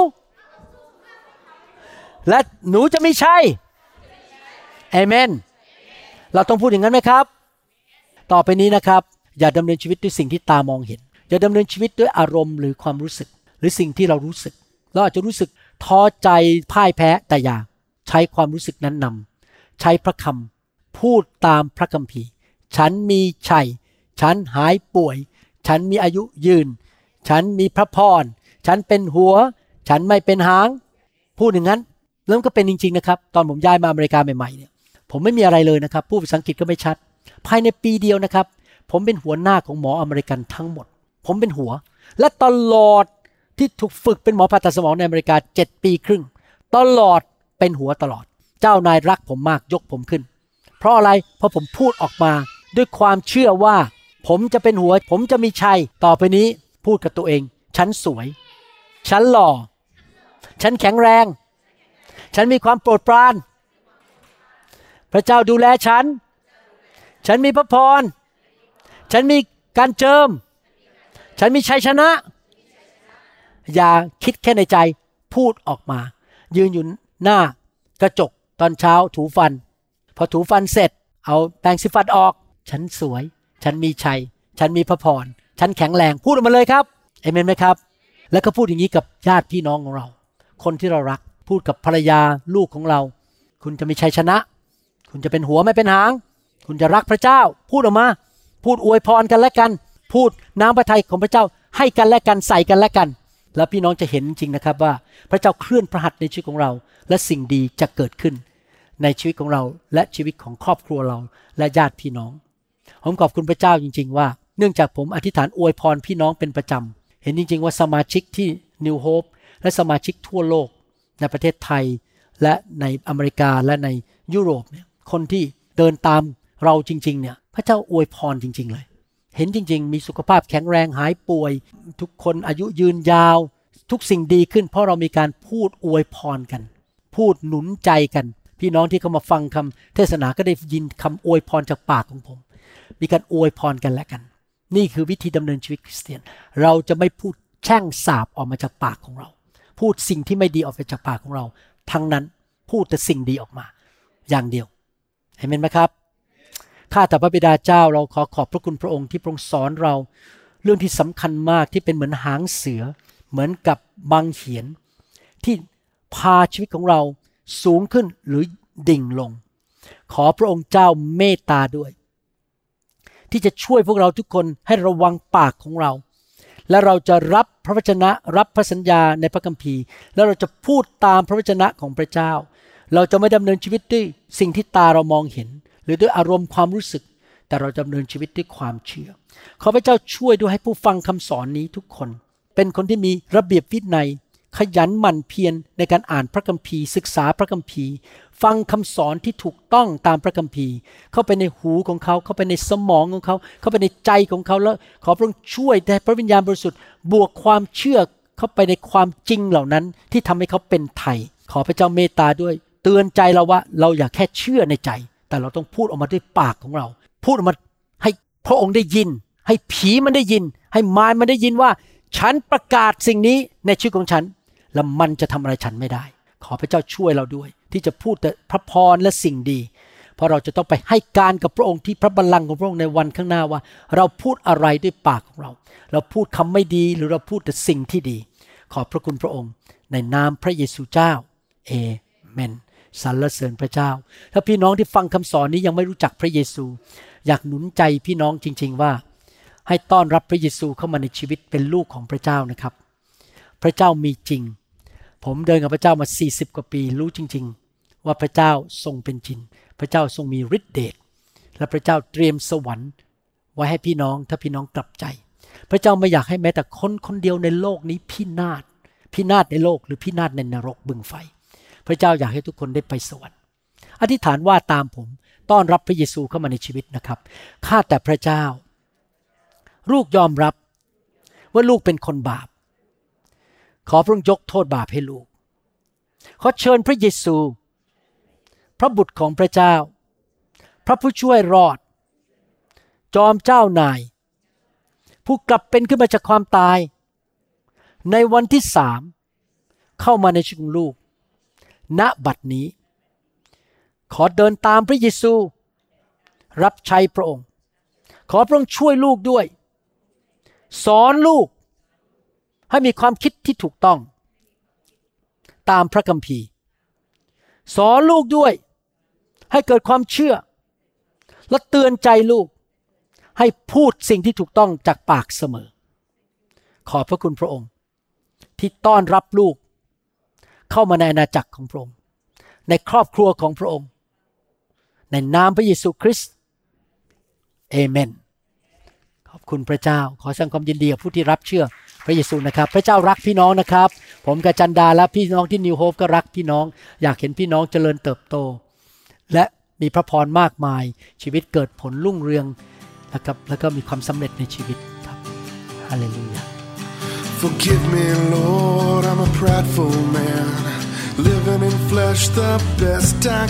และหนูจะมีชัยเอเมนเราต้องพูดอย่างนั้นไหมครับต่อไปนี้นะครับอย่าดำเนินชีวิตด้วยสิ่งที่ตามองเห็นอย่าดำเนินชีวิตด้วยอารมณ์หรือความรู้สึกหรือสิ่งที่เรารู้สึกเราอาจจะรู้สึกท้อใจพ่ายแพ้แต่อย่าใช้ความรู้สึกนั้นนำใช้พระคำพูดตามพระคัมภีร์ฉันมีชัยฉันหายป่วยฉันมีอายุยืนฉันมีพระพรฉันเป็นหัวฉันไม่เป็นหางพูดอย่างนั้นแล้วก็เป็นจริงๆนะครับตอนผมย้ายมาอเมริกาใหม่ๆเนี่ยผมไม่มีอะไรเลยนะครับพูดภาษาอังกฤษก็ไม่ชัดภายในปีเดียวนะครับผมเป็นหัวหน้าของหมออเมริกันทั้งหมดผมเป็นหัวและตลอดที่ถูกฝึกเป็นหมอผ่าตัดสมองในอเมริกาเจ็ดปีครึ่งตลอดเป็นหัวตลอดเจ้านายรักผมมากยกผมขึ้นเพราะอะไรเพราะผมพูดออกมาด้วยความเชื่อว่าผมจะเป็นหัวผมจะมีชัยต่อไปนี้พูดกับตัวเองฉันสวยฉันหล่อฉันแข็งแรงฉันมีความโปรดปรานพระเจ้าดูแลฉันฉันมีพระพรฉันมีการเจิมฉันมีชัยชนะอย่าคิดแค่ในใจพูดออกมายืนอยู่หน้ากระจกตอนเช้าถูฟันพอถูฟันเสร็จเอาแปรงสีฟันออกฉันสวยฉันมีชัยฉันมีพระพรฉันแข็งแรงพูดออกมาเลยครับเอเมนไหมครับแล้วก็พูดอย่างนี้กับญาติพี่น้องของเราคนที่เรารักพูดกับภรรยาลูกของเราคุณจะมีชัยชนะคุณจะเป็นหัวไม่เป็นหางคุณจะรักพระเจ้าพูดออกมาพูดอวยพรกันและกันพูดน้ำพระทัยของพระเจ้าให้กันและกันใส่กันและกันแล้วพี่น้องจะเห็นจริงๆนะครับว่าพระเจ้าเคลื่อนพระหัตถ์ในชีวิตของเราและสิ่งดีจะเกิดขึ้นในชีวิตของเราและชีวิตของครอบครัวเราและญาติพี่น้องผมขอบคุณพระเจ้าจริงๆว่าเนื่องจากผมอธิษฐานอวยพรพี่น้องเป็นประจำเห็นจริงๆว่าสมาชิกที่ New Hope และสมาชิกทั่วโลกในประเทศไทยและในอเมริกาและในยุโรปเนี่ยคนที่เดินตามเราจริงๆเนี่ยพระเจ้าอวยพรจริงๆเลยเห็นจริงๆมีสุขภาพแข็งแรงหายป่วยทุกคนอายุยืนยาวทุกสิ่งดีขึ้นเพราะเรามีการพูดอวยพรกันพูดหนุนใจกันพี่น้องที่เขามาฟังคำเทศนาก็ได้ยินคำอวยพรจากปากของผมมีการอวยพรกันและกันนี่คือวิธีดำเนินชีวิตคริสเตียนเราจะไม่พูดแช่งสาปออกมาจากปากของเราพูดสิ่งที่ไม่ดีออกมาจากปากของเราทั้งนั้นพูดแต่สิ่งดีออกมาอย่างเดียวเห็นไหมครับข้าแต่พระบิดาเจ้าเราขอขอบพระคุณพระองค์ที่พระองค์สอนเราเรื่องที่สำคัญมากที่เป็นเหมือนหางเสือเหมือนกับบังเหียนที่พาชีวิตของเราสูงขึ้นหรือดิ่งลงขอพระองค์เจ้าเมตตาด้วยที่จะช่วยพวกเราทุกคนให้ระวังปากของเราและเราจะรับพระวจนะรับพระสัญญาในพระคัมภีร์แล้วเราจะพูดตามพระวจนะของพระเจ้าเราจะไม่ดำเนินชีวิตด้วยสิ่งที่ตาเรามองเห็นหรือด้วยอารมณ์ความรู้สึกแต่เราดำเนินชีวิตด้วยความเชื่อขอพระเจ้าช่วยด้วยให้ผู้ฟังคำสอนนี้ทุกคนเป็นคนที่มีระเบียบวินัยขยันหมั่นเพียรในการอ่านพระคัมภีร์ศึกษาพระคัมภีร์ฟังคำสอนที่ถูกต้องตามพระคัมภีร์เข้าไปในหูของเขาเข้าไปในสมองของเขาเข้าไปในใจของเขาแล้วขอพระองค์ช่วยให้พระวิญญาณบริสุทธิ์บวกความเชื่อเข้าไปในความจริงเหล่านั้นที่ทำให้เขาเป็นไทยขอพระเจ้าเมตตาด้วยเตือนใจเราว่าเราอย่าแค่เชื่อในใจแต่เราต้องพูดออกมาด้วยปากของเราพูดออกมาให้พระองค์ได้ยินให้ผีมันได้ยินให้มารมันได้ยินว่าฉันประกาศสิ่งนี้ในชีวิตของฉันแล้วมันจะทำอะไรฉันไม่ได้ขอพระเจ้าช่วยเราด้วยที่จะพูดแต่พระพรและสิ่งดีเพราะเราจะต้องไปให้การกับพระองค์ที่พระบัลลังก์ของพระองค์ในวันข้างหน้าว่าเราพูดอะไรด้วยปากของเราเราพูดคำไม่ดีหรือเราพูดแต่สิ่งที่ดีขอบพระคุณพระองค์ในนามพระเยซูเจ้าเอเมนสรรเสริญพระเจ้าถ้าพี่น้องที่ฟังคำสอนนี้ยังไม่รู้จักพระเยซูอยากหนุนใจพี่น้องจริงๆว่าให้ต้อนรับพระเยซูเข้ามาในชีวิตเป็นลูกของพระเจ้านะครับพระเจ้ามีจริงผมเดินกับพระเจ้ามาสี่สิบกว่าปีรู้จริงๆว่าพระเจ้าทรงเป็นจริงพระเจ้าทรงมีฤทธิ์เดชและพระเจ้าเตรียมสวรรค์ไว้ให้พี่น้องถ้าพี่น้องกลับใจพระเจ้าไม่อยากให้แม้แต่คนคนเดียวในโลกนี้พินาศพินาศในโลกหรือพินาศในนรกบึงไฟพระเจ้าอยากให้ทุกคนได้ไปสวรรค์อธิษฐานว่าตามผมต้อนรับพระเยซูเข้ามาในชีวิตนะครับข้าแต่พระเจ้าลูกยอมรับว่าลูกเป็นคนบาปขอพระองค์ยกโทษบาปให้ลูกขอเชิญพระเยซูพระบุตรของพระเจ้าพระผู้ช่วยรอดจอมเจ้านายผู้กลับเป็นขึ้นมาจากความตายในวันที่สามเข้ามาในชีวิตของลูกณบัดนี้ขอเดินตามพระเยซูรับใช้พระองค์ขอพระองค์ช่วยลูกด้วยสอนลูกให้มีความคิดที่ถูกต้องตามพระคัมภีร์สอนลูกด้วยให้เกิดความเชื่อและเตือนใจลูกให้พูดสิ่งที่ถูกต้องจากปากเสมอขอบพระคุณพระองค์ที่ต้อนรับลูกเข้ามาในอาณาจักรของพระองค์ในครอบครัวของพระองค์ในนามพระเยซูคริสต์เอเมนขอบคุณพระเจ้าขอแสดงความยินดีกับผู้ที่รับเชื่อพระเยซูนะครับพระเจ้ารักพี่น้องนะครับผมกับจันดาและพี่น้องที่นิวโฮปก็รักพี่น้องอยากเห็นพี่น้องเจริญเติบโตและมีพระพรมากมายชีวิตเกิดผลรุ่งเรืองนะครับแล้วก็มีความสำเร็จในชีวิตครับฮาเลลูยา Forgive me Lord I'm a prideful man living in flesh the best I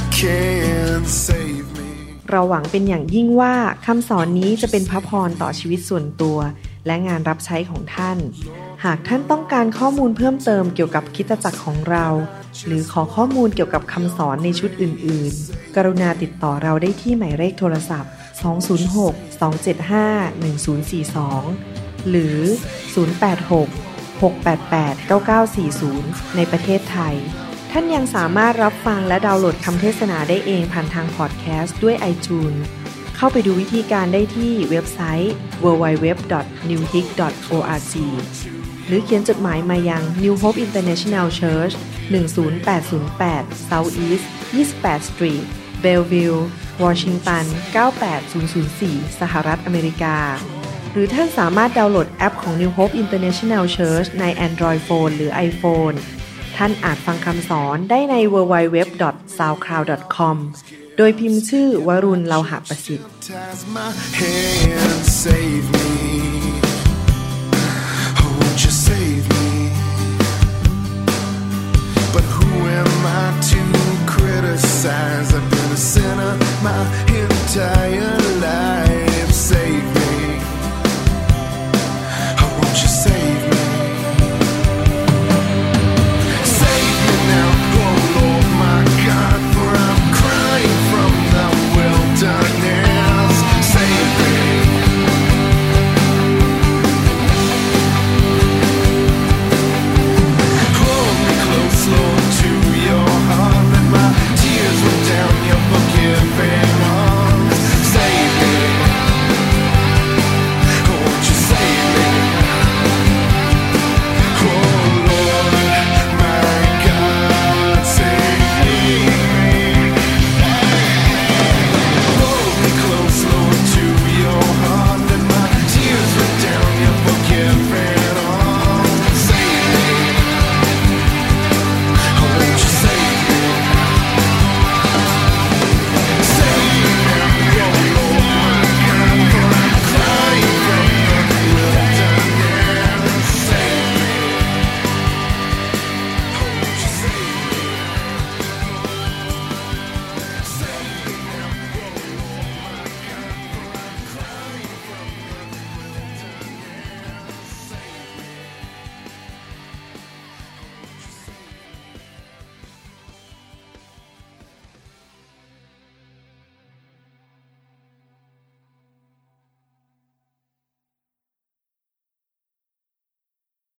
can save me เราหวังเป็นอย่างยิ่งว่าคำสอนนี้จะเป็นพระพรต่อชีวิตส่วนตัวและงานรับใช้ของท่านหากท่านต้องการข้อมูลเพิ่มเติมเกี่ยวกับคริสตจักรของเราหรือขอข้อมูลเกี่ยวกับคำสอนในชุดอื่นๆกรุณาติดต่อเราได้ที่หมายเลขโทรศัพท์สอง ศูนย์ หก สอง เจ็ด ห้า หนึ่ง ศูนย์ สี่ สองหรือศูนย์ แปด หก หก แปด แปด เก้า เก้า สี่ ศูนย์ในประเทศไทยท่านยังสามารถรับฟังและดาวน์โหลดคำเทศนาได้เองผ่านทางพอดแคสต์ด้วย iTunes เข้าไปดูวิธีการได้ที่เว็บไซต์ ดับเบิลยู ดับเบิลยู ดับเบิลยู ดอท นิว ฮิก ดอท โอ อาร์ จี หรือเขียนจดหมายมายัง New Hope International Church หนึ่ง ศูนย์ แปด ศูนย์ แปด South East ยี่สิบแปด Street Bellevue Washington เก้า แปด ศูนย์ ศูนย์ สี่ สหรัฐอเมริกาหรือท่านสามารถดาวน์โหลดแอปของ New Hope International Church ใน Android Phone หรือ iPhone ท่านอาจฟังคำสอนได้ใน ดับเบิลยู ดับเบิลยู ดับเบิลยู ดอท ซาวด์คลาวด์ ดอท คอม โดยพิมพ์ชื่อวรุณ เลาหะประสิทธิ์